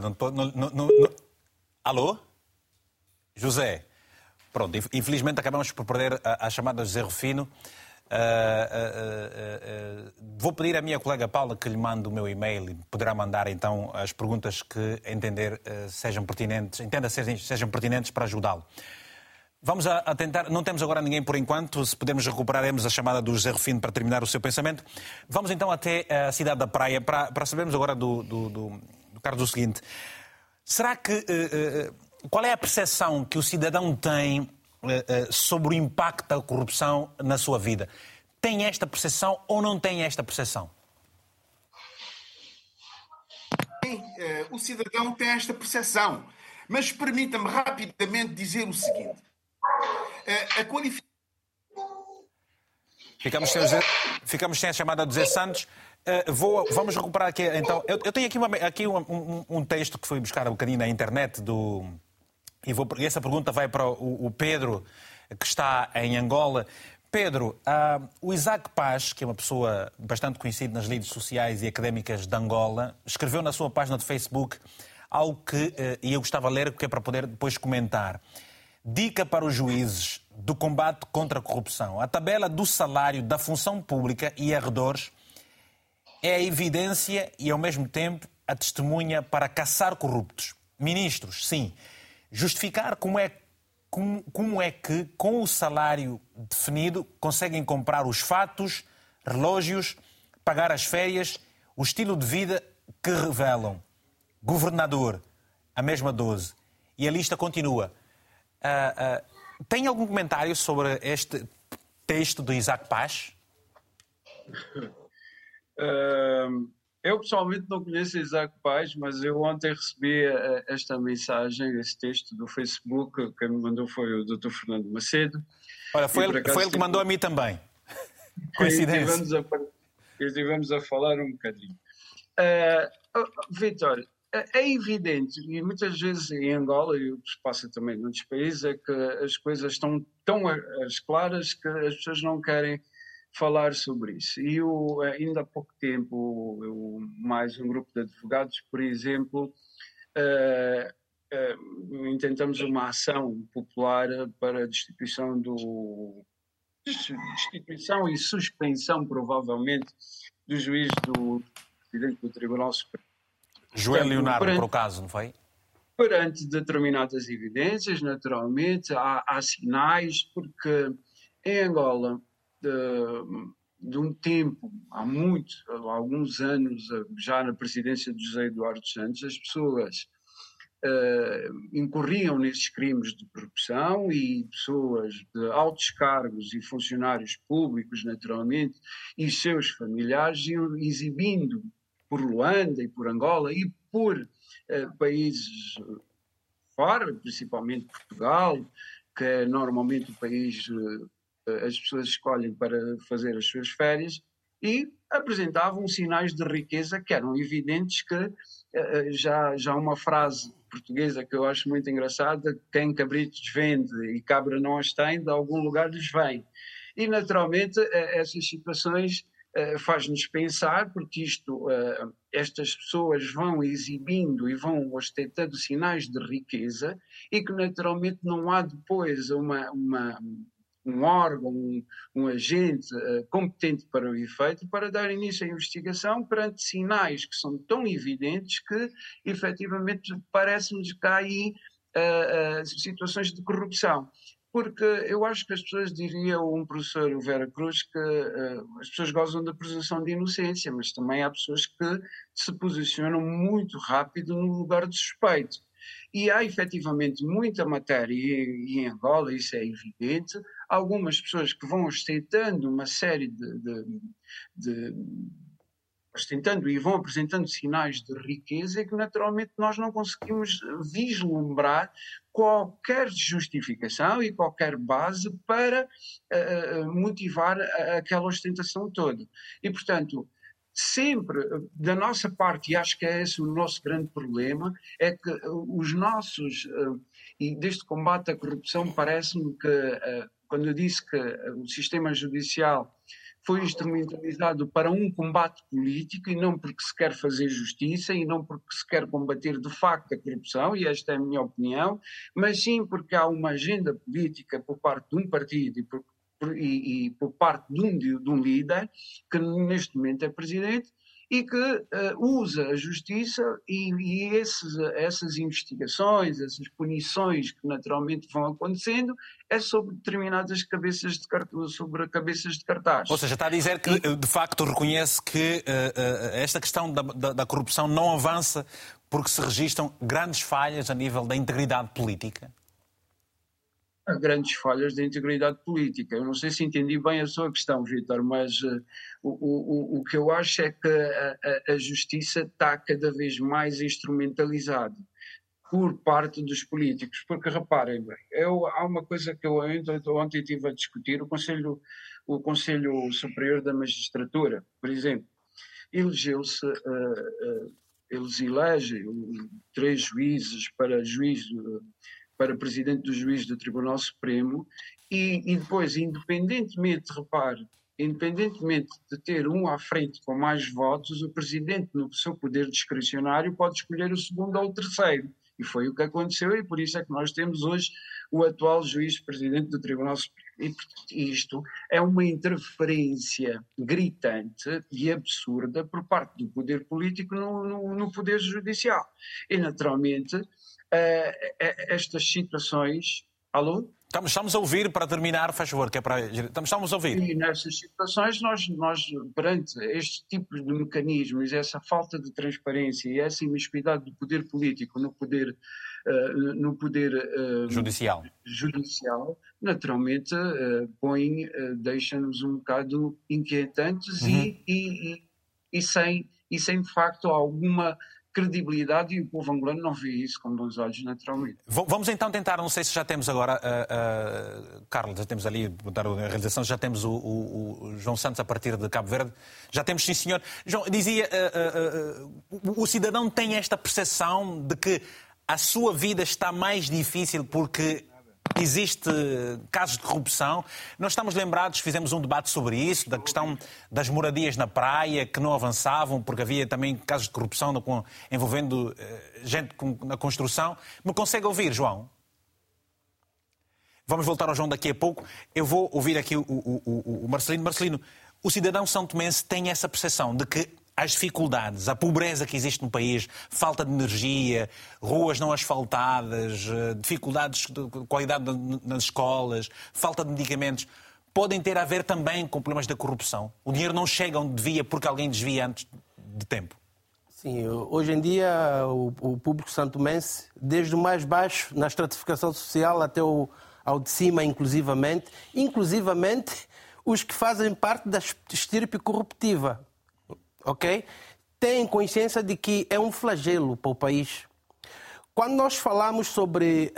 Alô? José? Pronto, infelizmente acabamos por perder a chamada de José Rufino. Vou pedir à minha colega Paula que lhe mande o meu e-mail e poderá mandar então as perguntas que entender sejam pertinentes para ajudá-lo. Vamos a tentar, não temos agora ninguém por enquanto, se pudermos recuperaremos a chamada do José Rufino para terminar o seu pensamento. Vamos então até a cidade da Praia para sabermos agora do Carlos o seguinte. Será que, qual é a percepção que o cidadão tem sobre o impacto da corrupção na sua vida? Tem esta percepção ou não tem esta percepção? Sim, o cidadão tem esta percepção, mas permita-me rapidamente dizer o seguinte. A qualificação... Ficamos sem a chamada do José Santos. Vamos recuperar aqui, então. Eu tenho aqui um texto que fui buscar um bocadinho na internet e essa pergunta vai para o Pedro, que está em Angola. Pedro, o Isaac Paz, que é uma pessoa bastante conhecida nas redes sociais e académicas de Angola, escreveu na sua página de Facebook algo que eu gostava de ler, que é para poder depois comentar. Dica para os juízes do combate contra a corrupção. A tabela do salário da função pública e arredores é a evidência e, ao mesmo tempo, a testemunha para caçar corruptos. Ministros, sim. Justificar como é que, com o salário definido, conseguem comprar os fatos, relógios, pagar as férias, o estilo de vida que revelam. Governador, a mesma dose. E a lista continua. Tem algum comentário sobre este texto do Isaac Paz? Eu pessoalmente não conheço Isaac Paz, mas eu ontem recebi esta mensagem, esse texto do Facebook. Quem me mandou foi o Dr. Fernando Macedo. Olha, foi ele que mandou a mim também. Coincidência. E estivemos a falar um bocadinho. Vítor, é evidente, e muitas vezes em Angola, e o que se passa também noutros países, é que as coisas estão tão claras que as pessoas não querem falar sobre isso. E ainda há pouco tempo, mais um grupo de advogados, por exemplo, intentamos uma ação popular para a destituição e suspensão, provavelmente, do juiz do presidente do Tribunal Supremo. João Leonardo, por acaso, não foi? Perante determinadas evidências, naturalmente, há sinais, porque em Angola, de um tempo, há alguns anos, já na presidência de José Eduardo Santos, as pessoas incorriam nesses crimes de corrupção e pessoas de altos cargos e funcionários públicos, naturalmente, e seus familiares iam exibindo por Luanda e por Angola e por países fora, principalmente Portugal, que é normalmente o país as pessoas escolhem para fazer as suas férias, e apresentavam sinais de riqueza que eram evidentes, que já uma frase portuguesa que eu acho muito engraçada: quem cabritos vende e cabra não as tem, de algum lugar lhes vem. E naturalmente essas situações faz-nos pensar, porque estas pessoas vão exibindo e vão ostentando sinais de riqueza, e que naturalmente não há depois um órgão, um agente competente para o efeito, para dar início à investigação perante sinais que são tão evidentes que, efetivamente, parece-nos que há aí situações de corrupção. Porque eu acho que as pessoas, diria um professor, o Vera Cruz, que as pessoas gozam da presunção de inocência, mas também há pessoas que se posicionam muito rápido no lugar de suspeito. E há efetivamente muita matéria, e em Angola isso é evidente, algumas pessoas que vão ostentando uma série ostentando e vão apresentando sinais de riqueza, e que naturalmente nós não conseguimos vislumbrar qualquer justificação e qualquer base para motivar aquela ostentação toda. E, portanto, sempre da nossa parte, e acho que é esse o nosso grande problema, é que os nossos, e deste combate à corrupção, parece-me que, quando eu disse que o sistema judicial foi instrumentalizado para um combate político, e não porque se quer fazer justiça, e não porque se quer combater de facto a corrupção, e esta é a minha opinião, mas sim porque há uma agenda política por parte de um partido e por e por parte de um líder que neste momento é presidente e que usa a justiça e essas investigações, essas punições que naturalmente vão acontecendo, é sobre determinadas cabeças de cartaz. Ou seja, está a dizer que, de facto, reconhece que esta questão da corrupção não avança porque se registram grandes falhas a nível da integridade política? Há grandes falhas da integridade política. Eu não sei se entendi bem a sua questão, Vítor, mas o que eu acho é que a justiça está cada vez mais instrumentalizada por parte dos políticos, porque reparem bem, há uma coisa que eu ontem estive a discutir, o Conselho Superior da Magistratura, por exemplo, eles elegem 3 juízes para presidente do juiz do Tribunal Supremo e depois, independentemente de ter um à frente com mais votos, o presidente, no seu poder discricionário, pode escolher o segundo ou o terceiro. E foi o que aconteceu e por isso é que nós temos hoje o atual juiz-presidente do Tribunal Supremo. E isto é uma interferência gritante e absurda por parte do poder político no poder judicial. E, naturalmente, estas situações... Alô? Estamos a ouvir, para terminar, faz favor, que é para... Estamos a ouvir. E nessas situações, nós perante este tipo de mecanismos, essa falta de transparência e essa imiscuidade do poder político no poder judicial, naturalmente, deixa-nos um bocado inquietantes e sem, de facto, alguma credibilidade, e o povo angolano não vê isso com bons olhos, naturalmente. Vamos então tentar, não sei se já temos agora, Carlos, já temos ali, a realização, já temos o João Santos a partir de Cabo Verde. Já temos, sim senhor. João, dizia, o cidadão tem esta percepção de que a sua vida está mais difícil porque existe casos de corrupção. Nós estamos lembrados, fizemos um debate sobre isso, da questão das moradias na praia, que não avançavam, porque havia também casos de corrupção envolvendo gente na construção. Me consegue ouvir, João? Vamos voltar ao João daqui a pouco. Eu vou ouvir aqui o Marcelino. Marcelino, o cidadão são-tomense tem essa percepção de que as dificuldades, a pobreza que existe no país, falta de energia, ruas não asfaltadas, dificuldades de qualidade nas escolas, falta de medicamentos, podem ter a ver também com problemas da corrupção. O dinheiro não chega onde devia porque alguém desvia antes de tempo. Sim, hoje em dia o público santomense, desde o mais baixo na estratificação social até ao de cima, inclusivamente os que fazem parte da estirpe corruptiva, ok? Têm consciência de que é um flagelo para o país. Quando nós falamos sobre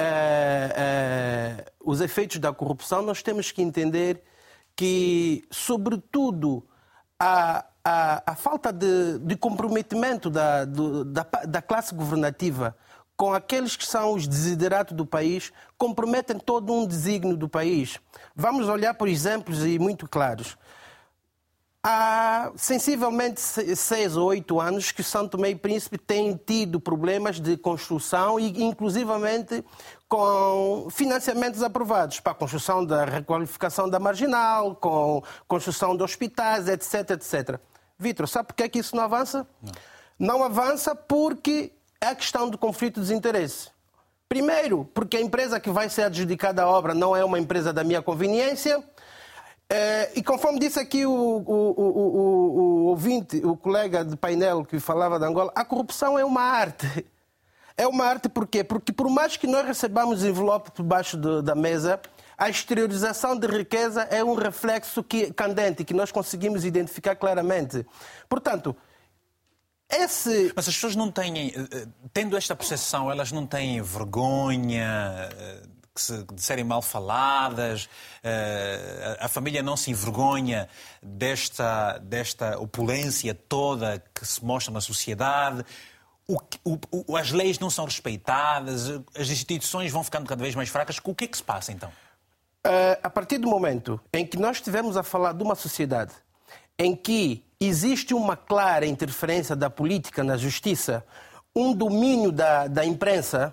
os efeitos da corrupção, nós temos que entender que, sobretudo, a falta de comprometimento da classe governativa com aqueles que são os desiderados do país, comprometem todo um desígnio do país. Vamos olhar por exemplos e muito claros. Há sensivelmente 6 ou 8 anos que São Tomé e Príncipe têm tido problemas de construção e inclusivamente com financiamentos aprovados para a construção da requalificação da marginal, com construção de hospitais, etc, etc. Vítor, sabe por que é que isso não avança? Não avança porque é a questão do conflito de interesse. Primeiro, porque a empresa que vai ser adjudicada a obra não é uma empresa da minha conveniência. E conforme disse aqui o ouvinte, o colega de painel que falava de Angola, a corrupção é uma arte. É uma arte por quê? Porque por mais que nós recebamos envelope por baixo da mesa, a exteriorização de riqueza é um reflexo candente, que nós conseguimos identificar claramente. Portanto, Mas as pessoas não têm, tendo esta percepção, elas não têm vergonha de serem mal faladas, a família não se envergonha desta opulência toda que se mostra na sociedade, as leis não são respeitadas, as instituições vão ficando cada vez mais fracas. O que é que se passa então? A partir do momento em que nós estivermos a falar de uma sociedade em que existe uma clara interferência da política na justiça, um domínio da imprensa,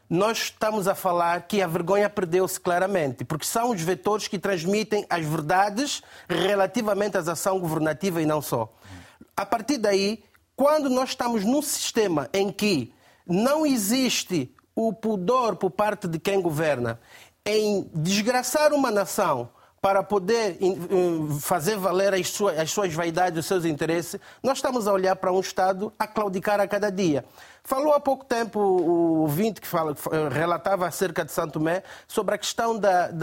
nós estamos a falar que a vergonha perdeu-se claramente, porque são os vetores que transmitem as verdades relativamente à ação governativa e não só. A partir daí, quando nós estamos num sistema em que não existe o pudor por parte de quem governa em desgraçar uma nação para poder fazer valer as suas vaidades, os seus interesses, nós estamos a olhar para um Estado a claudicar a cada dia. Falou há pouco tempo o ouvinte que relatava acerca de São Tomé sobre a questão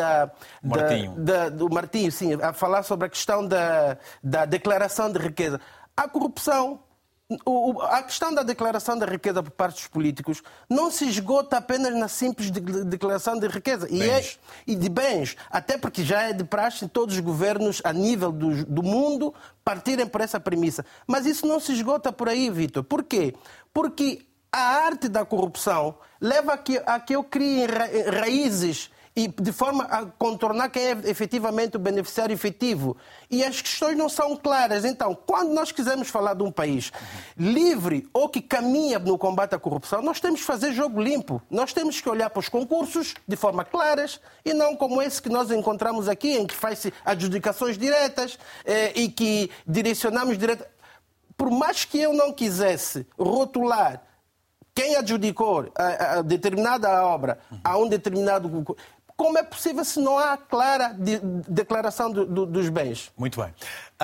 do Martinho, sim, a falar sobre a questão da declaração de riqueza. A corrupção, a questão da declaração da riqueza por parte dos políticos não se esgota apenas na simples declaração de riqueza e de bens, até porque já é de praxe todos os governos a nível do mundo partirem por essa premissa. Mas isso não se esgota por aí, Vítor. Por quê? Porque a arte da corrupção leva a que eu crie raízes e de forma a contornar quem é efetivamente o beneficiário efetivo. E as questões não são claras. Então, quando nós quisermos falar de um país livre ou que caminha no combate à corrupção, nós temos que fazer jogo limpo. Nós temos que olhar para os concursos de forma claras e não como esse que nós encontramos aqui, em que faz-se adjudicações diretas e que direcionamos direto. Por mais que eu não quisesse rotular quem adjudicou a determinada obra a um determinado concurso, como é possível se não há clara declaração dos bens? Muito bem.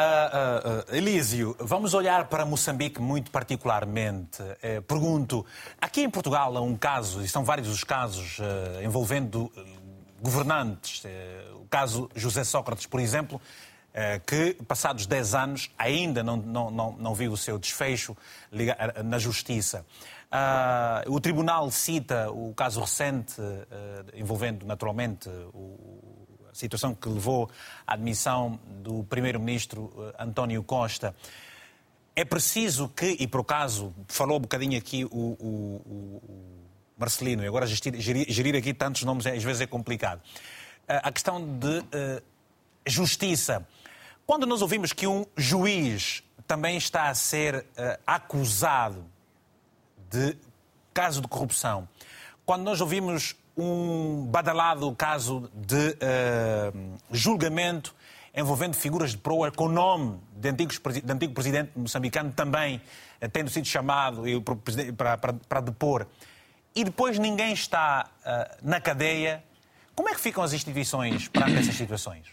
Elísio, vamos olhar para Moçambique muito particularmente. Pergunto, aqui em Portugal há um caso, e são vários os casos envolvendo governantes, o caso José Sócrates, por exemplo, que passados 10 anos ainda não viu o seu desfecho na Justiça. O Tribunal cita o caso recente envolvendo naturalmente a situação que levou à admissão do primeiro-ministro António Costa. É preciso que, e por acaso falou um bocadinho aqui o Marcelino, e agora gerir aqui tantos nomes às vezes é complicado. A questão de justiça. Quando nós ouvimos que um juiz também está a ser acusado de caso de corrupção, quando nós ouvimos um badalado caso de julgamento envolvendo figuras de proa com o nome de antigo presidente moçambicano também tendo sido chamado para depor, e depois ninguém está na cadeia, como é que ficam as instituições perante essas situações?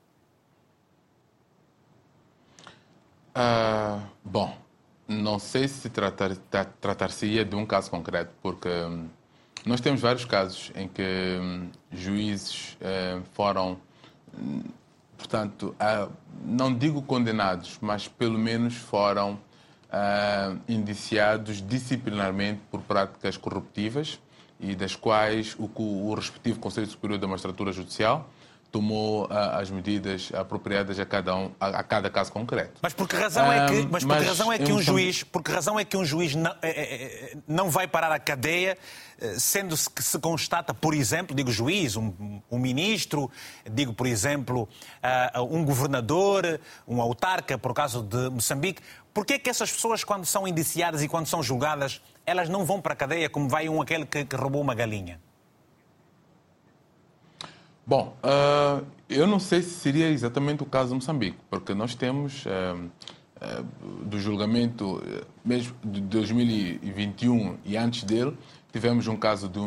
Bom, não sei se tratar-se-ia de um caso concreto, porque nós temos vários casos em que juízes foram, portanto, não digo condenados, mas pelo menos foram indiciados disciplinarmente por práticas corruptivas e das quais o respectivo Conselho Superior da Magistratura Judicial tomou as medidas apropriadas a cada caso concreto. Mas por que razão é que um juiz não vai parar a cadeia, sendo que se constata, por exemplo, digo juiz, um ministro, digo, por exemplo, um governador, um autarca, por caso de Moçambique? Por que é que essas pessoas, quando são indiciadas e quando são julgadas, elas não vão para a cadeia como vai aquele que roubou uma galinha? Bom, eu não sei se seria exatamente o caso de Moçambique, porque nós temos, do julgamento mesmo de 2021 e antes dele, tivemos um caso de um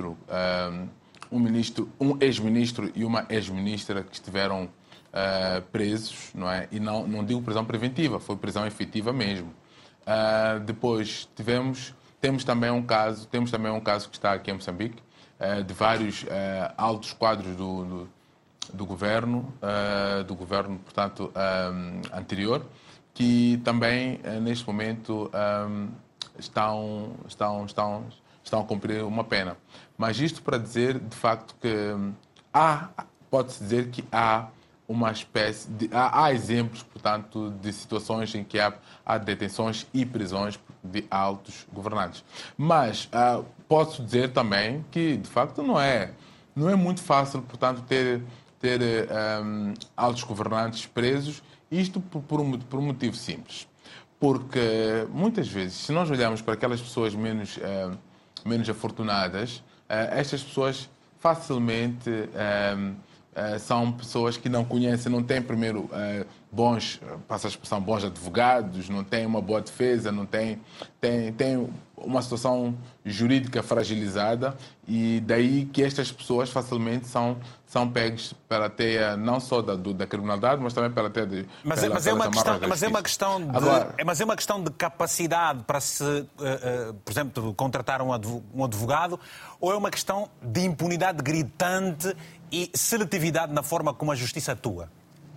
ex-ministro e uma ex-ministra que estiveram presos, não é? E não digo prisão preventiva, foi prisão efetiva mesmo. Depois temos também um caso que está aqui em Moçambique, de vários altos quadros do governo, portanto, anterior, que também, neste momento, estão a cumprir uma pena. Mas isto para dizer, de facto, que pode-se dizer que há uma espécie de... Há exemplos, portanto, de situações em que há detenções e prisões de altos governantes. Mas posso dizer também que, de facto, não é muito fácil, portanto, ter altos governantes presos, isto por um motivo simples. Porque, muitas vezes, se nós olharmos para aquelas pessoas menos afortunadas, estas pessoas facilmente são pessoas que não conhecem, não têm primeiro passa a expressão, bons advogados, não têm uma boa defesa, não têm uma situação jurídica fragilizada, e daí que estas pessoas facilmente são pegas pela teia não só da criminalidade, mas também pela teia Mas é uma questão de capacidade para se, por exemplo, contratar um advogado, ou é uma questão de impunidade gritante e seletividade na forma como a justiça atua?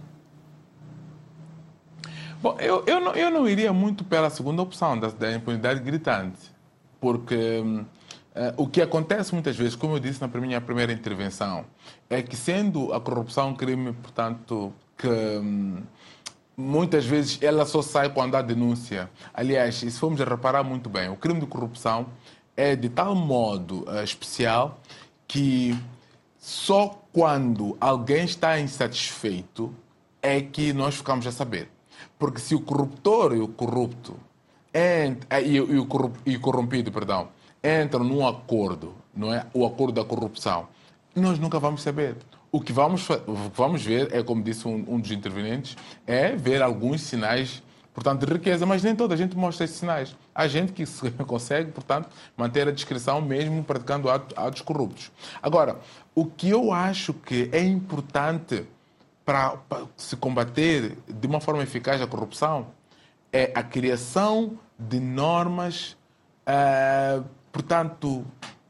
Bom, eu não iria muito pela segunda opção, da impunidade gritante, porque o que acontece muitas vezes, como eu disse na minha primeira intervenção, é que sendo a corrupção um crime, portanto, que muitas vezes ela só sai quando há denúncia. Aliás, se formos a reparar muito bem, o crime de corrupção é de tal modo especial que só quando alguém está insatisfeito é que nós ficamos a saber. Porque se o corruptor e o corrupto e o corrompido, entram num acordo, não é? O acordo da corrupção, nós nunca vamos saber. O que vamos ver é, como disse um dos intervenientes, é ver alguns sinais, portanto, de riqueza, mas nem toda a gente mostra esses sinais. Há gente que consegue, portanto, manter a discrição mesmo praticando atos corruptos. Agora, o que eu acho que é importante para se combater de uma forma eficaz a corrupção é a criação de normas, portanto,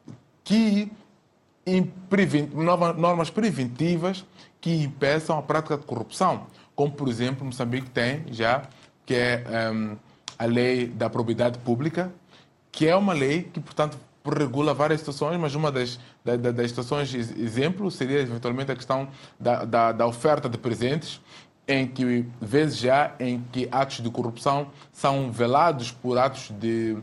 normas preventivas que impeçam a prática de corrupção. Como, por exemplo, Moçambique tem já, que é a lei da probidade pública, que é uma lei que, portanto, regula várias situações, mas uma das situações exemplo seria eventualmente a questão da oferta de presentes, em que vezes já em que atos de corrupção são velados por atos de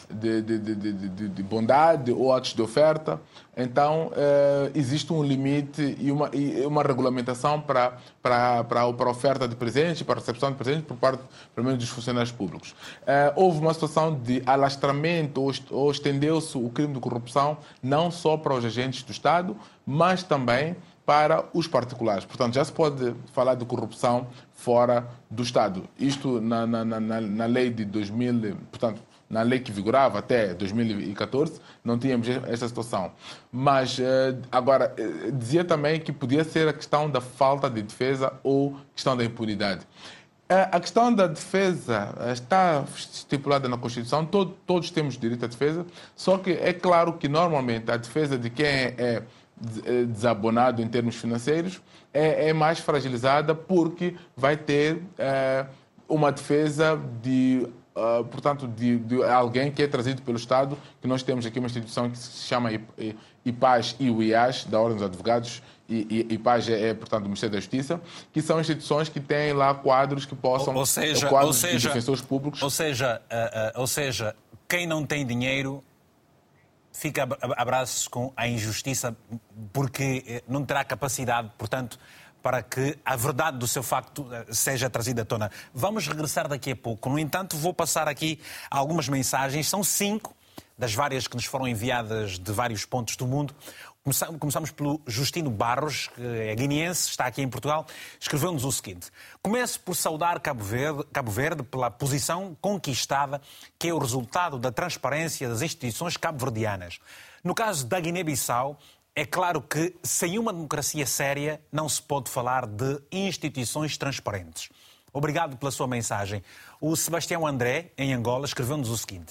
bondade ou atos de oferta. Então existe um limite e uma regulamentação para a oferta de presentes, para a recepção de presentes por parte, pelo menos, dos funcionários públicos. Houve uma situação de alastramento ou estendeu-se o crime de corrupção não só para os agentes do Estado, mas também para os particulares. Portanto, já se pode falar de corrupção fora do Estado. Isto na lei de 2000, portanto, na lei que vigorava até 2014, não tínhamos esta situação. Mas, agora, dizia também que podia ser a questão da falta de defesa ou questão da impunidade. A questão da defesa está estipulada na Constituição, todos temos direito à defesa, só que é claro que, normalmente, a defesa de quem é desabonado em termos financeiros é mais fragilizada, porque vai ter uma defesa portanto, de alguém que é trazido pelo Estado, que nós temos aqui uma instituição que se chama IPAS e o IAS, da Ordem dos Advogados, e IPAS portanto, do Ministério da Justiça, que são instituições que têm lá quadros que possam... quadros de defensores públicos. Ou seja, quem não tem dinheiro fica a braços com a injustiça porque não terá capacidade, portanto, para que a verdade do seu facto seja trazida à tona. Vamos regressar daqui a pouco. No entanto, vou passar aqui algumas mensagens. São 5 das várias que nos foram enviadas de vários pontos do mundo. Começamos pelo Justino Barros, que é guineense, está aqui em Portugal. Escreveu-nos o seguinte: começo por saudar Cabo Verde pela posição conquistada, que é o resultado da transparência das instituições cabo-verdianas. No caso da Guiné-Bissau, é claro que sem uma democracia séria não se pode falar de instituições transparentes. Obrigado pela sua mensagem. O Sebastião André, em Angola, escreveu-nos o seguinte: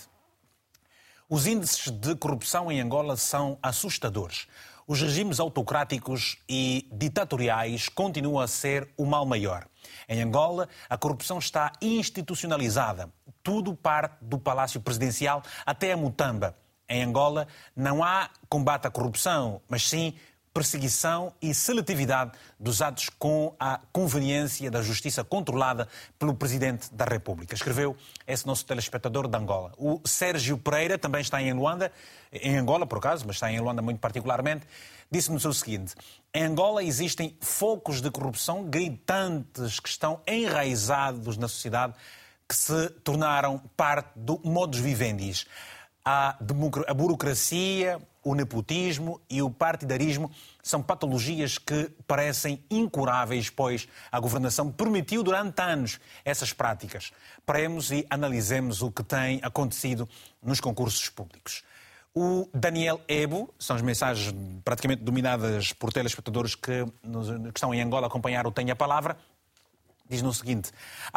os índices de corrupção em Angola são assustadores. Os regimes autocráticos e ditatoriais continuam a ser o mal maior. Em Angola, a corrupção está institucionalizada. Tudo parte do Palácio Presidencial até a Mutamba. Em Angola, não há combate à corrupção, mas sim perseguição e seletividade dos atos com a conveniência da justiça controlada pelo Presidente da República. Escreveu esse nosso telespectador de Angola. O Sérgio Pereira também está em Luanda, em Angola por acaso, mas está em Luanda muito particularmente, disse-nos o seguinte: em Angola existem focos de corrupção gritantes que estão enraizados na sociedade, que se tornaram parte do modus vivendi. A burocracia, o nepotismo e o partidarismo são patologias que parecem incuráveis, pois a governação permitiu durante anos essas práticas. Paremos e analisemos o que tem acontecido nos concursos públicos. O Daniel Ebo, são as mensagens praticamente dominadas por telespectadores que estão em Angola a acompanhar o Tenha a Palavra, diz-nos o seguinte: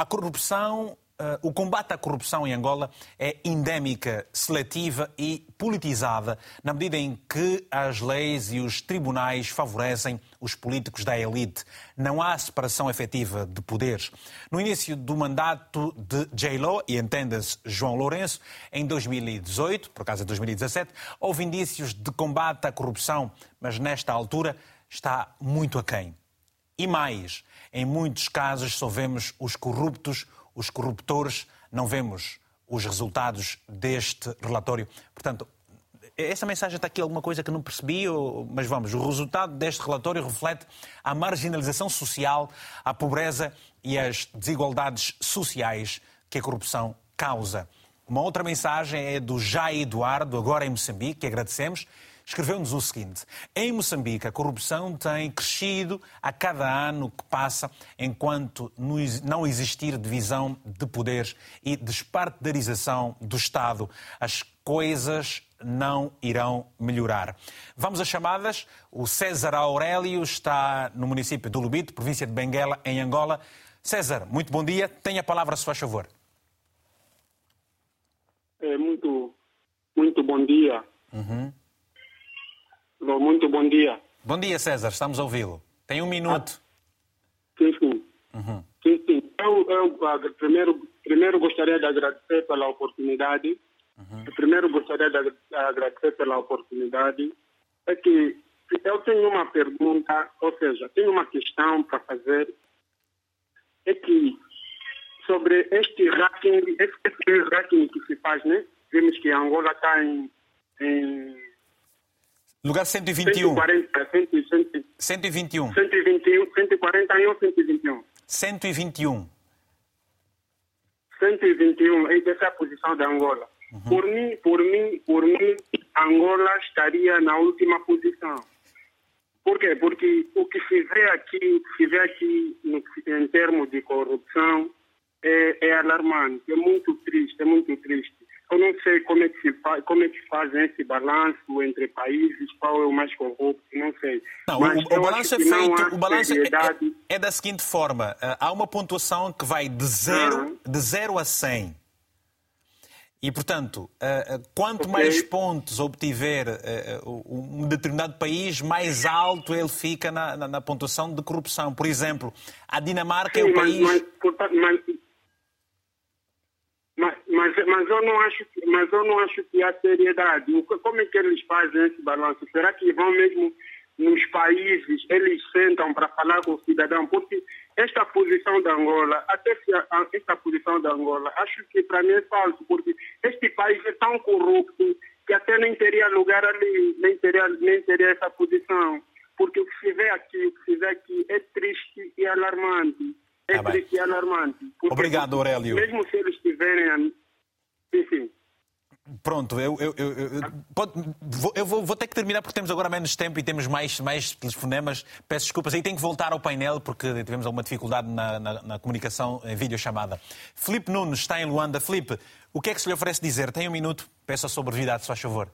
o combate à corrupção em Angola é endémica, seletiva e politizada, na medida em que as leis e os tribunais favorecem os políticos da elite. Não há separação efetiva de poderes. No início do mandato de J-Lo, e entenda-se João Lourenço, em 2018, por acaso em 2017, houve indícios de combate à corrupção, mas nesta altura está muito aquém. E mais, em muitos casos só vemos os corruptos, os corruptores, não vemos os resultados deste relatório. Portanto, essa mensagem está aqui alguma coisa que não percebi, mas vamos, o resultado deste relatório reflete a marginalização social, a pobreza e as desigualdades sociais que a corrupção causa. Uma outra mensagem é do Jai Eduardo, agora em Moçambique, que agradecemos. Escreveu-nos o seguinte: em Moçambique a corrupção tem crescido a cada ano que passa, enquanto não existir divisão de poderes e despartidarização do Estado. As coisas não irão melhorar. Vamos às chamadas. O César Aurélio está no município do Lubito, província de Benguela, em Angola. César, muito bom dia. Tenha a palavra, se faz favor. Muito bom dia. Muito bom dia. Bom dia, César. Estamos a ouvi-lo. Tem um minuto. Sim. Eu primeiro gostaria de agradecer pela oportunidade. É que eu tenho uma pergunta, ou seja, tenho uma questão para fazer. É que sobre este ranking que se faz, né? Vimos que a Angola está em lugar 121. 121. 141 ou 121? 121. 121, essa é a posição da Angola. Por mim, Angola estaria na última posição. Por quê? Porque o que se vê aqui em termos de corrupção é alarmante, é muito triste. Eu não sei como é que fazem esse balanço entre países, qual é o mais corrupto, não sei. Não, o balanço é feito, o balanço é da seguinte forma: há uma pontuação que vai de 0 a 100. E, portanto, quanto mais pontos obtiver um determinado país, mais alto ele fica na pontuação de corrupção. Por exemplo, a Dinamarca é o país... Mas eu não acho que há seriedade. Como é que eles fazem esse balanço? Será que vão mesmo nos países, eles sentam para falar com o cidadão? Porque esta posição da Angola, acho que para mim é falso, porque este país é tão corrupto que até nem teria lugar ali, nem teria essa posição. Porque o que se vê aqui é triste e alarmante. Triste e alarmante. Porque, obrigado, Aurélio. Mesmo se eles tiverem... Enfim. Pronto, eu vou ter que terminar porque temos agora menos tempo e temos mais telefonemas. Peço desculpas, aí tenho que voltar ao painel porque tivemos alguma dificuldade na comunicação em videochamada. Filipe Nunes está em Luanda. Filipe, o que é que se lhe oferece dizer? Tem um minuto, peço a sua brevidade, se faz favor.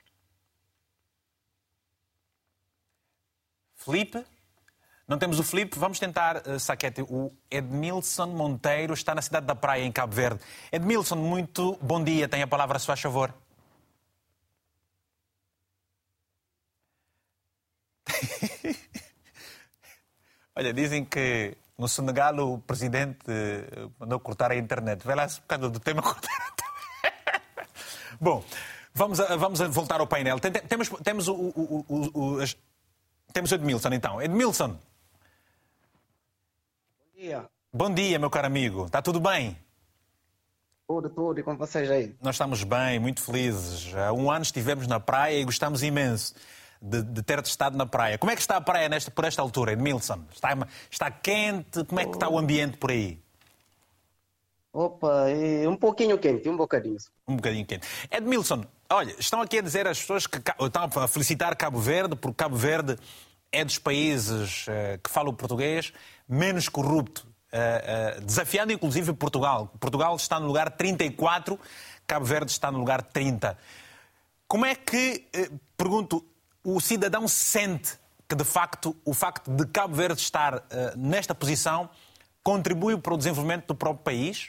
Filipe? Não temos o Filipe, vamos tentar, Saquete. O Edmilson Monteiro está na cidade da Praia, em Cabo Verde. Edmilson, muito bom dia. Tem a palavra, se faz favor. Olha, dizem que no Senegal o presidente mandou cortar a internet. Vê lá se por causa do tema cortar a internet. Bom, vamos voltar ao painel. Temos o Edmilson, então. Edmilson. Bom dia, meu caro amigo. Está tudo bem? Tudo. E com vocês aí? Nós estamos bem, muito felizes. Há um ano estivemos na praia e gostamos imenso de ter estado na praia. Como é que está a praia por esta altura, Edmilson? Está quente? Como é que está o ambiente por aí? É um pouquinho quente, um bocadinho. Um bocadinho quente. Edmilson, Olha, estão aqui a dizer as pessoas que estão a felicitar Cabo Verde, porque Cabo Verde é dos países que falam português menos corrupto, desafiando inclusive Portugal. Portugal está no lugar 34, Cabo Verde está no lugar 30. Como é que, pergunto, o cidadão sente que, de facto, o facto de Cabo Verde estar nesta posição contribui para o desenvolvimento do próprio país?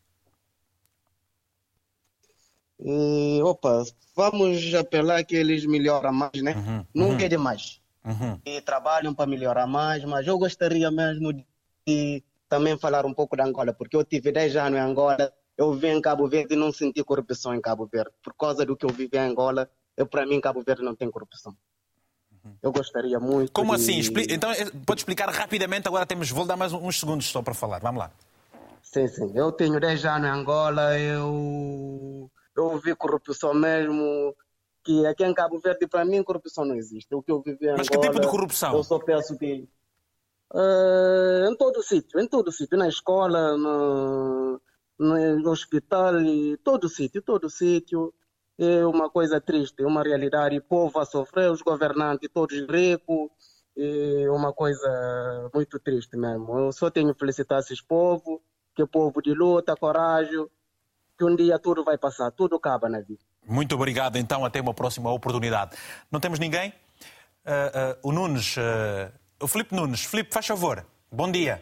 Vamos apelar que eles melhoram mais, né? Nunca é demais. E trabalham para melhorar mais, mas eu gostaria mesmo de também falar um pouco da Angola, porque eu tive 10 anos em Angola, eu vivi em Cabo Verde e não senti corrupção em Cabo Verde. Por causa do que eu vivi em Angola, para mim Cabo Verde não tem corrupção. Eu gostaria muito. Como assim? Então, pode explicar rapidamente, agora vou dar mais uns segundos só para falar. Vamos lá. Sim. Eu tenho 10 anos em Angola, eu vi corrupção mesmo, que aqui em Cabo Verde, para mim, corrupção não existe. O que eu vivi em Angola... Mas que tipo de corrupção? Eu só peço que... em todo sítio. Na escola, no hospital, todo sítio. É uma coisa triste, uma realidade. O povo a sofrer, os governantes todos ricos. É uma coisa muito triste mesmo. Eu só tenho que felicitar esses povos, que é povo de luta, coragem, que um dia tudo vai passar, tudo acaba na vida. Muito obrigado, então, até uma próxima oportunidade. Não temos ninguém? O Nunes, o Filipe Nunes. Filipe, faz favor. Bom dia.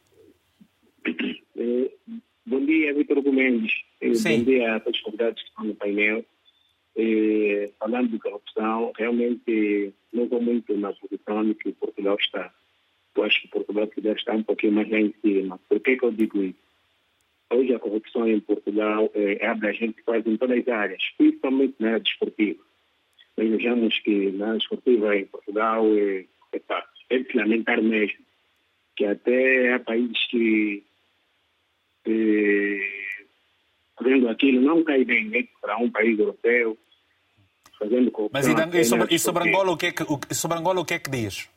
Bom dia, Vítor Gomes. Sim. Bom dia a todos os convidados que estão no painel. Falando de corrupção, realmente não estou muito na posição que Portugal está. Eu acho que Portugal poderia estar um pouquinho mais lá em cima. Por que eu digo isso? Hoje a corrupção em Portugal é abrangente quase em todas as áreas, principalmente na área desportiva. Nós vejamos que na área desportiva em Portugal é de lamentar mesmo que até há países que fazendo aquilo não cai bem para um país europeu, fazendo corrupção. Mas e sobre Angola, o que é que diz?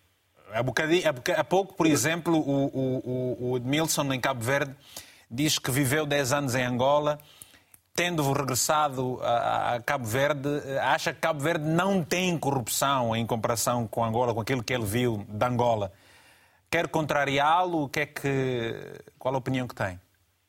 Há pouco, por exemplo, o Edmilson em Cabo Verde diz que viveu 10 anos em Angola, tendo regressado a Cabo Verde, acha que Cabo Verde não tem corrupção em comparação com Angola, com aquilo que ele viu de Angola. Quer contrariá-lo? Qual a opinião que tem?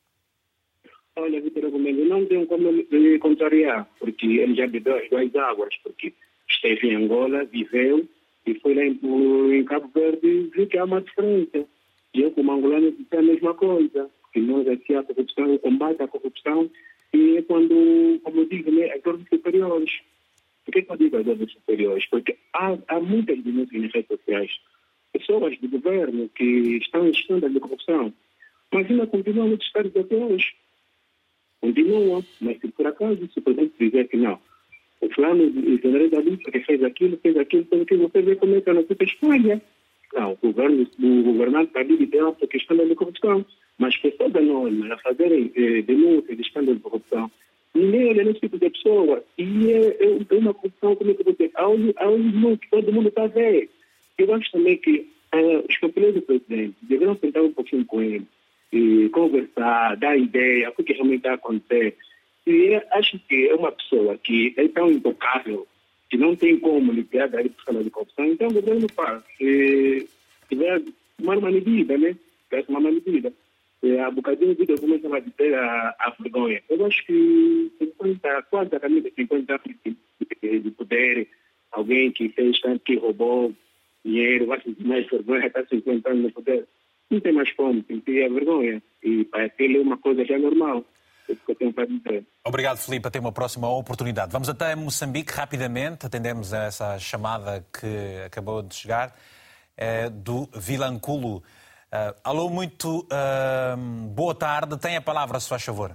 Olha, Vítor Gomes, não tenho como me contrariar, porque ele já bebeu as duas águas, porque esteve em Angola, viveu, e foi lá em Cabo Verde e viu que há uma diferença. E eu, como angolano, disse a mesma coisa. Que nós aqui a corrupção, o combate à corrupção, e é quando, como eu digo, né, as ordens superiores. Por que eu digo as ordens superiores? Porque há muitas denúncias nas redes sociais. Pessoas do governo que estão em escândalos de corrupção, mas ainda continuam nos estados até hoje. Continuam, mas se por acaso se podemos dizer que não. O fulano de general da lista que fez aquilo, você vê como é que a notícia espalha. Não, o governante está ali de dentro porque escândalo de corrupção. Mas pessoas anônimas a fazerem denúncias de escândalo de corrupção, ninguém olha nesse tipo de pessoa. E é uma corrupção, como é que eu vou dizer, que todo mundo está a ver. Eu acho também que os companheiros do presidente deveriam sentar um pouquinho com ele, e conversar, dar ideia, o que realmente está a acontecer. E acho que é uma pessoa que é tão intocável que não tem como ligar da escândalo de corrupção. Então o governo faz. Se tiver uma medida, né? Uma medida. Há bocadinho de começa a dizer a vergonha. Eu acho que quase a caminho de 50 anos de poder, alguém que fez tanto, que roubou dinheiro, acho que mais vergonha, está 50 anos no poder. Não tem mais como, tem que ter a vergonha. E para ele é uma coisa já normal. É isso que eu tenho para dizer. Obrigado, Filipe. Até uma próxima oportunidade. Vamos até Moçambique rapidamente. Atendemos a essa chamada que acabou de chegar do Vilanculo. Alô, muito boa tarde. Tem a palavra, se faz favor.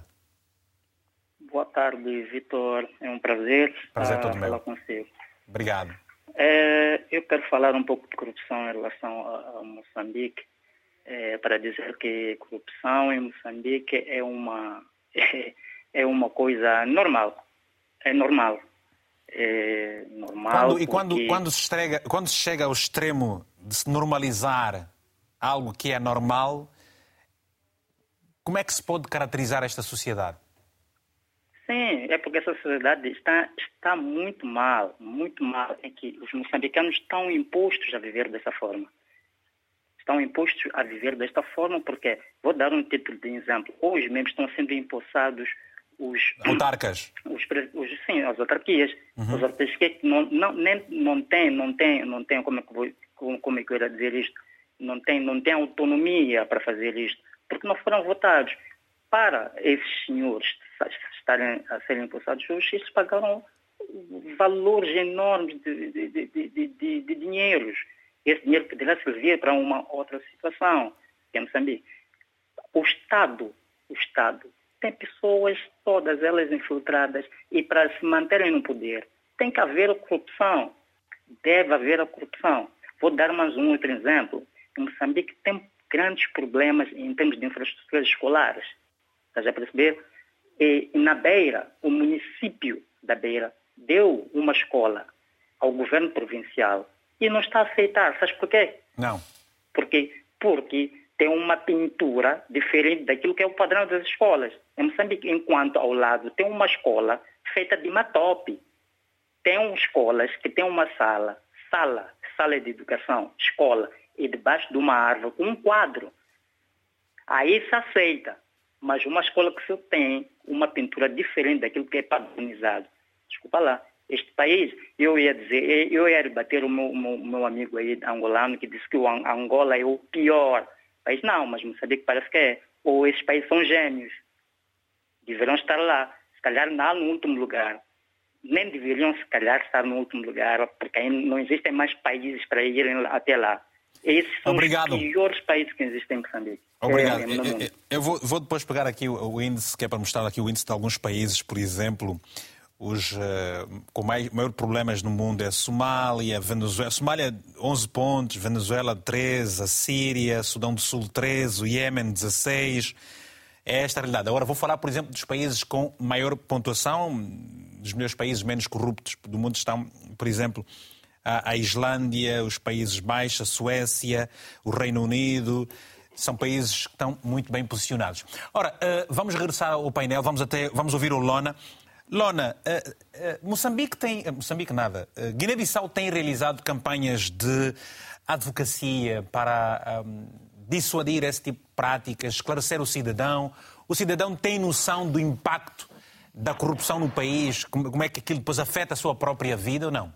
Boa tarde, Vitor. É um prazer todo falar meu. consigo. Obrigado. Eu quero falar um pouco de corrupção em relação a Moçambique, para dizer que corrupção em Moçambique é uma coisa normal. É normal. É normal. Quando se chega ao extremo de se normalizar algo que é normal, como é que se pode caracterizar esta sociedade? Sim, é porque essa sociedade está muito mal, é que os moçambicanos estão impostos a viver dessa forma. Estão impostos a viver desta forma porque, vou dar um título de exemplo, hoje mesmo estão sendo empossados os autarcas. Sim, as autarquias. As autarquias que não tem como é que eu ia dizer isto? Não tem autonomia para fazer isto, porque não foram votados. Para esses senhores estarem a serem empossados hoje, eles pagaram valores enormes de dinheiros. Esse dinheiro poderá servir para uma outra situação, que é Moçambique. O Estado tem pessoas, todas elas infiltradas, e para se manterem no poder, tem que haver a corrupção. Deve haver a corrupção. Vou dar mais um outro exemplo. Em Moçambique tem grandes problemas em termos de infraestruturas escolares. Estás a perceber? E na Beira, o município da Beira deu uma escola ao governo provincial e não está a aceitar. Sabes porquê? Não. Porque tem uma pintura diferente daquilo que é o padrão das escolas. Em Moçambique, enquanto ao lado tem uma escola feita de matope. Tem escolas que tem uma sala de educação, escola, e debaixo de uma árvore com um quadro. Aí se aceita. Mas uma escola que só tem uma pintura diferente daquilo que é padronizado. Desculpa lá. Este país, eu ia rebater o meu amigo aí angolano que disse que o Angola é o pior país. Não, mas Moçambique parece que é. Ou esses países são gêmeos. Deverão estar lá. Se calhar não no último lugar. Nem deveriam, se calhar, estar no último lugar, porque aí não existem mais países para irem até lá. Esses são Obrigado. Os piores países que existem em Moçambique. Obrigado. Eu vou depois pegar aqui o índice, que é para mostrar aqui o índice de alguns países, por exemplo, os com maior problemas no mundo é Somália, Venezuela. Somália 11 pontos, Venezuela 13, a Síria, Sudão do Sul 13, o Iêmen 16. É esta a realidade. Agora vou falar, por exemplo, dos países com maior pontuação, dos melhores países menos corruptos do mundo estão, por exemplo, a Islândia, os Países Baixos, a Suécia, o Reino Unido. São países que estão muito bem posicionados. Ora, vamos regressar ao painel, vamos ouvir o Lona. Lona, Guiné-Bissau tem realizado campanhas de advocacia para dissuadir esse tipo de práticas, esclarecer o cidadão. O cidadão tem noção do impacto da corrupção no país, como é que aquilo depois afeta a sua própria vida ou não?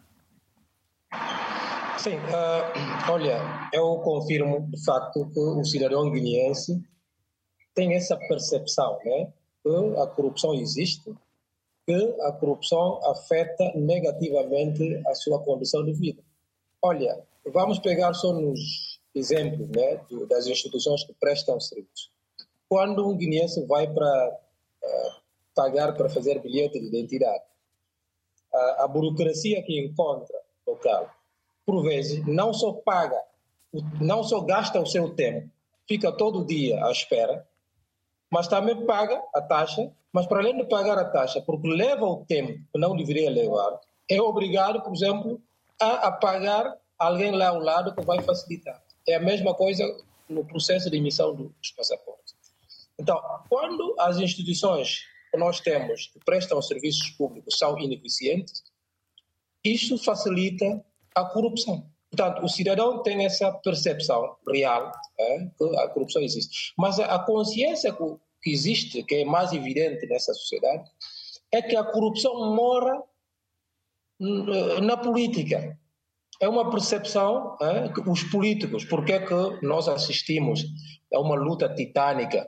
Sim, olha, eu confirmo de facto que o cidadão guineense tem essa percepção, né, que a corrupção existe, que a corrupção afeta negativamente a sua condição de vida. Olha, vamos pegar só nos exemplos, né, das instituições que prestam serviço. Quando um guineense vai para pagar para fazer bilhete de identidade, a burocracia que encontra local, por vezes, não só paga, não só gasta o seu tempo, fica todo dia à espera, mas também paga a taxa, mas para além de pagar a taxa, porque leva o tempo que não deveria levar, é obrigado, por exemplo, a pagar alguém lá ao lado que vai facilitar. É a mesma coisa no processo de emissão dos passaportes. Então, quando as instituições que nós temos que prestam serviços públicos são ineficientes, isso facilita a corrupção. Portanto, o cidadão tem essa percepção real, que a corrupção existe. Mas a consciência que existe, que é mais evidente nessa sociedade, é que a corrupção mora na política. É uma percepção que os políticos, porque é que nós assistimos a uma luta titânica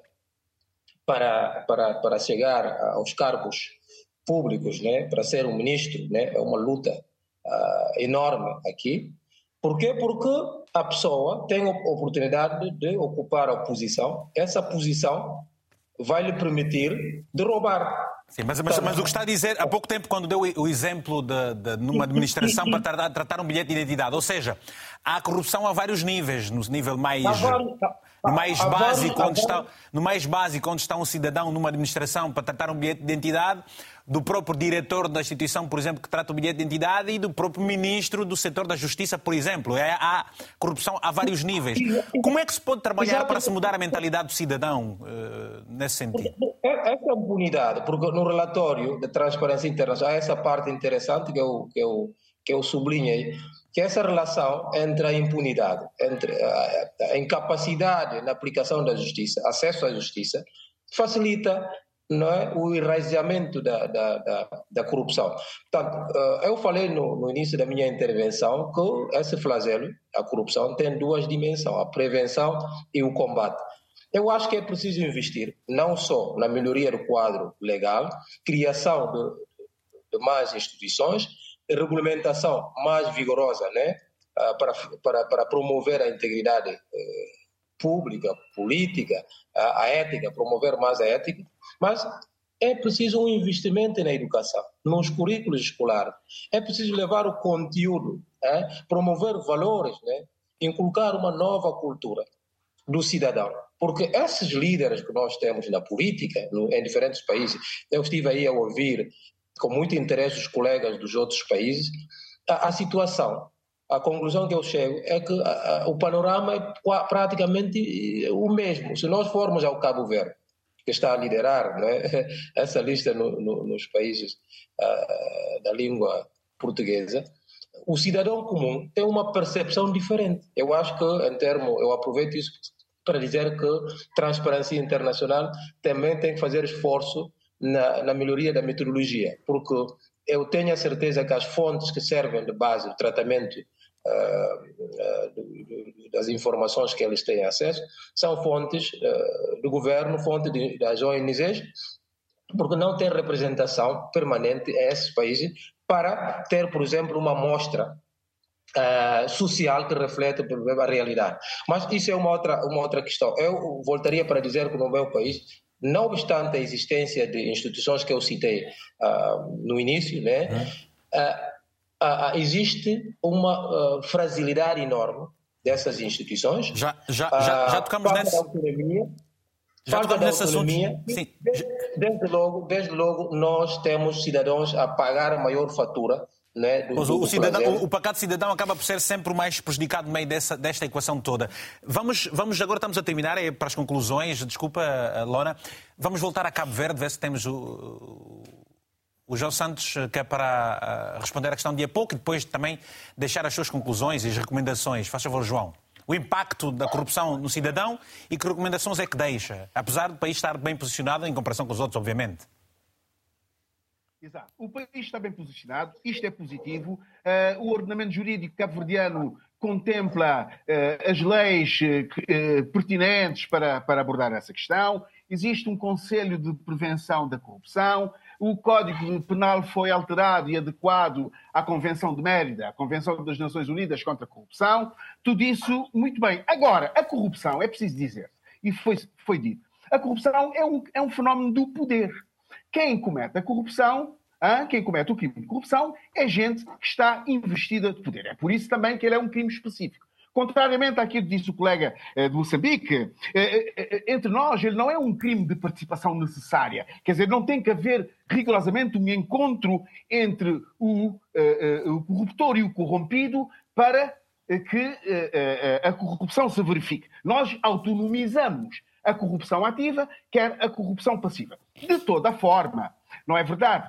para chegar aos cargos públicos, né, para ser um ministro, né, é uma luta enorme aqui. Por quê? Porque a pessoa tem a oportunidade de ocupar a posição. Essa posição vai lhe permitir de roubar. Sim, mas o que está a dizer, há pouco tempo, quando deu o exemplo de numa administração para tratar um bilhete de identidade, ou seja, há corrupção a vários níveis, no nível mais... no mais básico, onde está um cidadão numa administração para tratar um bilhete de identidade, do próprio diretor da instituição, por exemplo, que trata o bilhete de identidade, e do próprio ministro do setor da justiça, por exemplo. Há corrupção a vários níveis. Como é que se pode trabalhar para se mudar a mentalidade do cidadão nesse sentido? Essa impunidade, porque no relatório de Transparência Internacional há essa parte interessante que eu sublinhei, que essa relação entre a impunidade, entre a incapacidade na aplicação da justiça, acesso à justiça, facilita, não é, o enraizamento da corrupção. Portanto, eu falei no início da minha intervenção que esse flagelo, a corrupção, tem duas dimensões, a prevenção e o combate. Eu acho que é preciso investir não só na melhoria do quadro legal, criação de mais instituições, regulamentação mais vigorosa, né, para promover a integridade pública, política, a ética, promover mais a ética, mas é preciso um investimento na educação, nos currículos escolares. É preciso levar o conteúdo, promover valores, né, inculcar uma nova cultura do cidadão. Porque esses líderes que nós temos na política, em diferentes países, eu estive aí a ouvir com muito interesse os colegas dos outros países, a situação, a conclusão que eu chego é que o panorama é praticamente o mesmo. Se nós formos ao Cabo Verde, que está a liderar, né, essa lista nos países da língua portuguesa, o cidadão comum tem uma percepção diferente. Eu acho que, eu aproveito isso para dizer que Transparência Internacional também tem que fazer esforço na melhoria da metodologia, porque eu tenho a certeza que as fontes que servem de base do tratamento das informações que eles têm acesso são fontes do governo, fontes das ONGs, porque não tem representação permanente a esses países para ter, por exemplo, uma amostra social que reflete a realidade. Mas isso é uma outra questão. Eu voltaria para dizer que no meu país, não obstante a existência de instituições que eu citei no início, né, existe uma fragilidade enorme dessas instituições. Já tocamos nessa... Falta de autonomia. Desde logo, nós temos cidadãos a pagar a maior fatura. Né, o pacato cidadão acaba por ser sempre o mais prejudicado no meio desta equação toda. Vamos agora, estamos a terminar para as conclusões. Desculpa, Lona. Vamos voltar a Cabo Verde, ver se temos o João Santos, que é para responder à questão de há pouco, e depois também deixar as suas conclusões e as recomendações. Faz favor, João. O impacto da corrupção no cidadão e que recomendações é que deixa, apesar do país estar bem posicionado em comparação com os outros, obviamente. Exato. O país está bem posicionado, isto é positivo. O ordenamento jurídico cabo-verdiano contempla as leis pertinentes para abordar essa questão. Existe um Conselho de Prevenção da Corrupção. O Código Penal foi alterado e adequado à Convenção de Mérida, à Convenção das Nações Unidas contra a Corrupção. Tudo isso muito bem. Agora, a corrupção, é preciso dizer, e foi dito, a corrupção é um fenómeno do poder. Quem comete a corrupção, quem comete o crime de corrupção, é gente que está investida de poder. É por isso também que ele é um crime específico. Contrariamente àquilo que disse o colega de Moçambique, entre nós ele não é um crime de participação necessária. Quer dizer, não tem que haver rigorosamente um encontro entre o corruptor e o corrompido para que a corrupção se verifique. Nós autonomizamos a corrupção ativa, quer a corrupção passiva. De toda forma, não é verdade?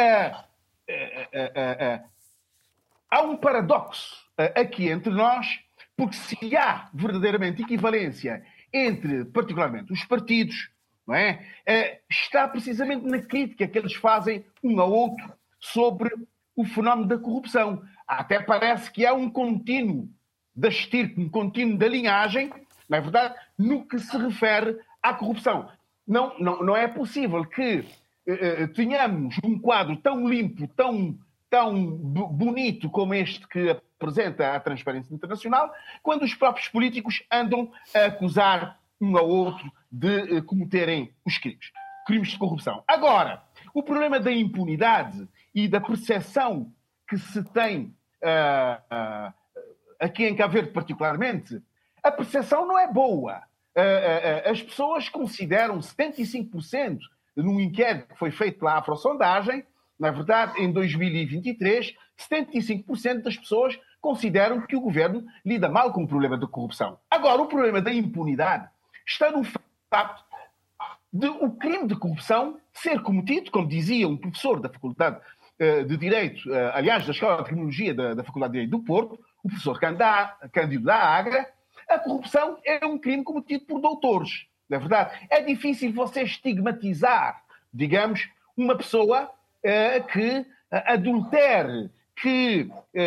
Há um paradoxo aqui entre nós, porque se há verdadeiramente equivalência entre, particularmente, os partidos, não é? Está precisamente na crítica que eles fazem um ao outro sobre o fenómeno da corrupção. Até parece que há um contínuo da estirpe, um contínuo da linhagem, não é verdade? No que se refere à corrupção. Não é possível que tenhamos um quadro tão limpo, tão bonito como este que apresenta a Transparência Internacional, quando os próprios políticos andam a acusar um ao outro de cometerem os crimes de corrupção. Agora, o problema da impunidade e da percepção que se tem aqui em Cabo Verde particularmente, a percepção não é boa. as pessoas consideram 75%, num inquérito que foi feito pela Afrosondagem, na verdade, em 2023, 75% das pessoas consideram que o governo lida mal com o problema da corrupção. Agora, o problema da impunidade está no facto de o crime de corrupção ser cometido, como dizia um professor da Faculdade de Direito, aliás, da Escola de Criminologia da Faculdade de Direito do Porto, o professor Cândido da Agra, a corrupção é um crime cometido por doutores. Na verdade, é difícil você estigmatizar, digamos, uma pessoa que adultere, que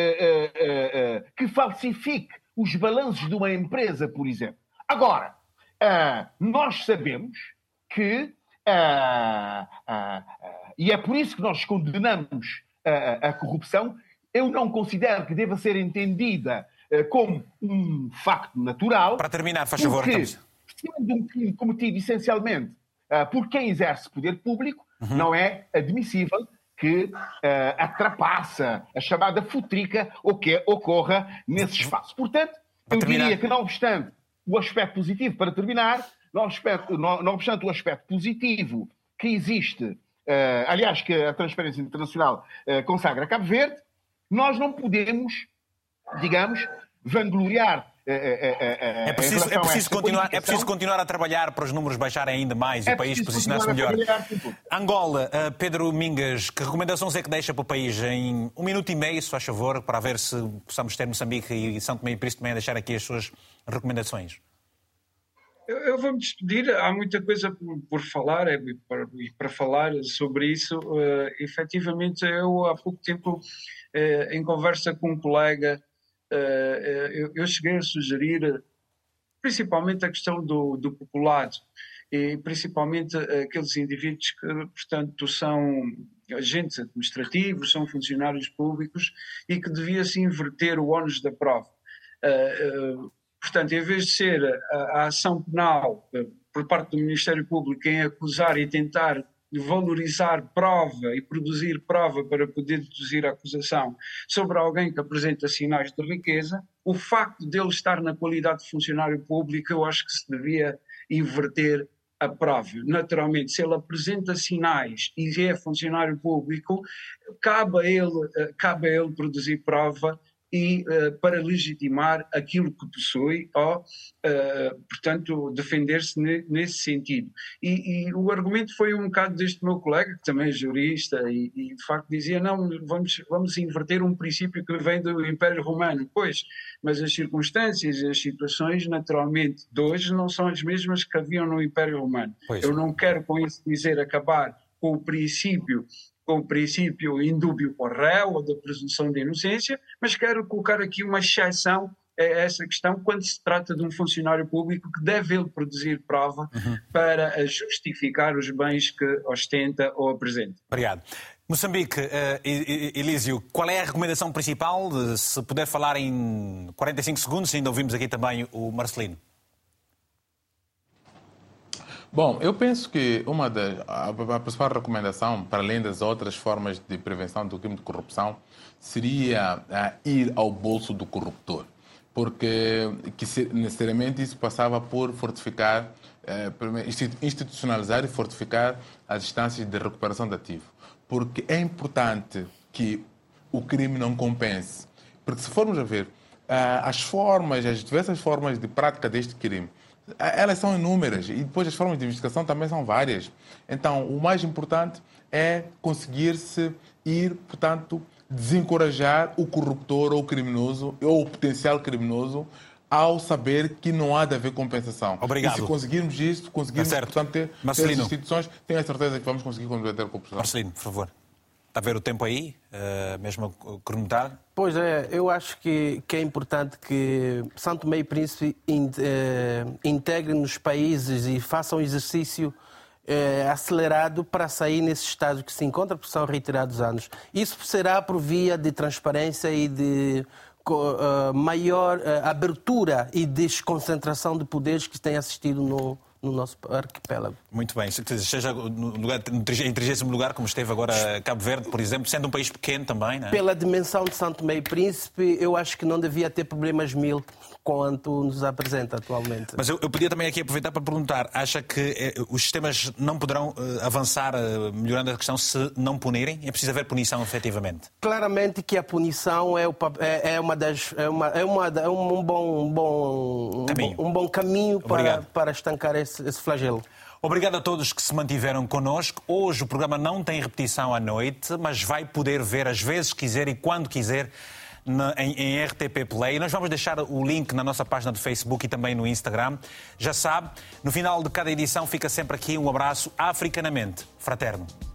falsifique os balanços de uma empresa, por exemplo. Agora, nós sabemos que, e é por isso que nós condenamos a corrupção, eu não considero que deva ser entendida como um facto natural. Para terminar, faz favor. Porque, sendo um crime cometido essencialmente por quem exerce poder público, não é admissível que atrapaça a chamada futrica ou que ocorra nesse espaço. Portanto, eu diria que, não obstante o aspecto positivo, para terminar, não obstante o aspecto positivo que existe, aliás, que a Transparência Internacional consagra a Cabo Verde, nós não podemos, digamos, vangloriar. É preciso continuar a trabalhar para os números baixarem ainda mais e o país posicionar-se melhor. Angola, Pedro Mingas, que recomendações é que deixa para o país em 1 minuto e meio, se faz favor, para ver se possamos ter Moçambique e São Tomé e Príncipe também a deixar aqui as suas recomendações? Eu vou me despedir, há muita coisa por falar e para falar sobre isso. Efetivamente, eu há pouco tempo, em conversa com um colega, eu cheguei a sugerir principalmente a questão do populado e principalmente aqueles indivíduos que, portanto, são agentes administrativos, são funcionários públicos e que devia-se inverter o ónus da prova. Portanto, em vez de ser a ação penal por parte do Ministério Público em acusar e tentar valorizar prova e produzir prova para poder deduzir a acusação sobre alguém que apresenta sinais de riqueza, o facto dele estar na qualidade de funcionário público, eu acho que se devia inverter a prova. Naturalmente, se ele apresenta sinais e é funcionário público, cabe a ele produzir prova e para legitimar aquilo que possui ou, portanto, defender-se nesse sentido. E o argumento foi um bocado deste meu colega, que também é jurista, e de facto dizia, não, vamos inverter um princípio que vem do Império Romano. Pois, mas as circunstâncias e as situações, naturalmente, de hoje não são as mesmas que haviam no Império Romano. Pois. Eu não quero com isso dizer acabar com o princípio indúbio por réu ou da presunção de inocência, mas quero colocar aqui uma exceção a essa questão quando se trata de um funcionário público que deve ele produzir prova para justificar os bens que ostenta ou apresenta. Obrigado. Moçambique, Elísio, qual é a recomendação principal? Se puder falar em 45 segundos, ainda ouvimos aqui também o Marcelino. Bom, eu penso que a principal recomendação, para além das outras formas de prevenção do crime de corrupção, seria ir ao bolso do corruptor. Porque necessariamente isso passava por fortificar, institucionalizar e fortificar as instâncias de recuperação de ativo. Porque é importante que o crime não compense. Porque se formos a ver as diversas formas de prática deste crime, elas são inúmeras e depois as formas de investigação também são várias. Então, o mais importante é conseguir-se ir, portanto, desencorajar o corruptor ou o criminoso ou o potencial criminoso ao saber que não há de haver compensação. Obrigado. E se conseguirmos isto, portanto, ter as instituições, tenho a certeza que vamos conseguir combater a corrupção. Marcelino, por favor. Está a ver o tempo aí, mesmo a cronometrar? Pois é, eu acho que é importante que São Tomé e Príncipe integre nos países e faça um exercício acelerado para sair nesse estado que se encontra, porque são reiterados anos. Isso será por via de transparência e de maior abertura e desconcentração de poderes que se tem assistido no nosso arquipélago. Muito bem. Seja no 30º lugar, como esteve agora Cabo Verde, por exemplo, sendo um país pequeno também, não é? Pela dimensão de São Tomé e Príncipe, eu acho que não devia ter problemas 1000 quanto nos apresenta atualmente. Mas eu podia também aqui aproveitar para perguntar, acha que os sistemas não poderão avançar melhorando a questão se não punirem? É preciso haver punição, efetivamente? Claramente que a punição é um bom caminho para estancar esse flagelo. Obrigado a todos que se mantiveram connosco. Hoje o programa não tem repetição à noite, mas vai poder ver às vezes quiser e quando quiser em RTP Play. Nós vamos deixar o link na nossa página do Facebook e também no Instagram. Já sabe, no final de cada edição fica sempre aqui um abraço africanamente fraterno.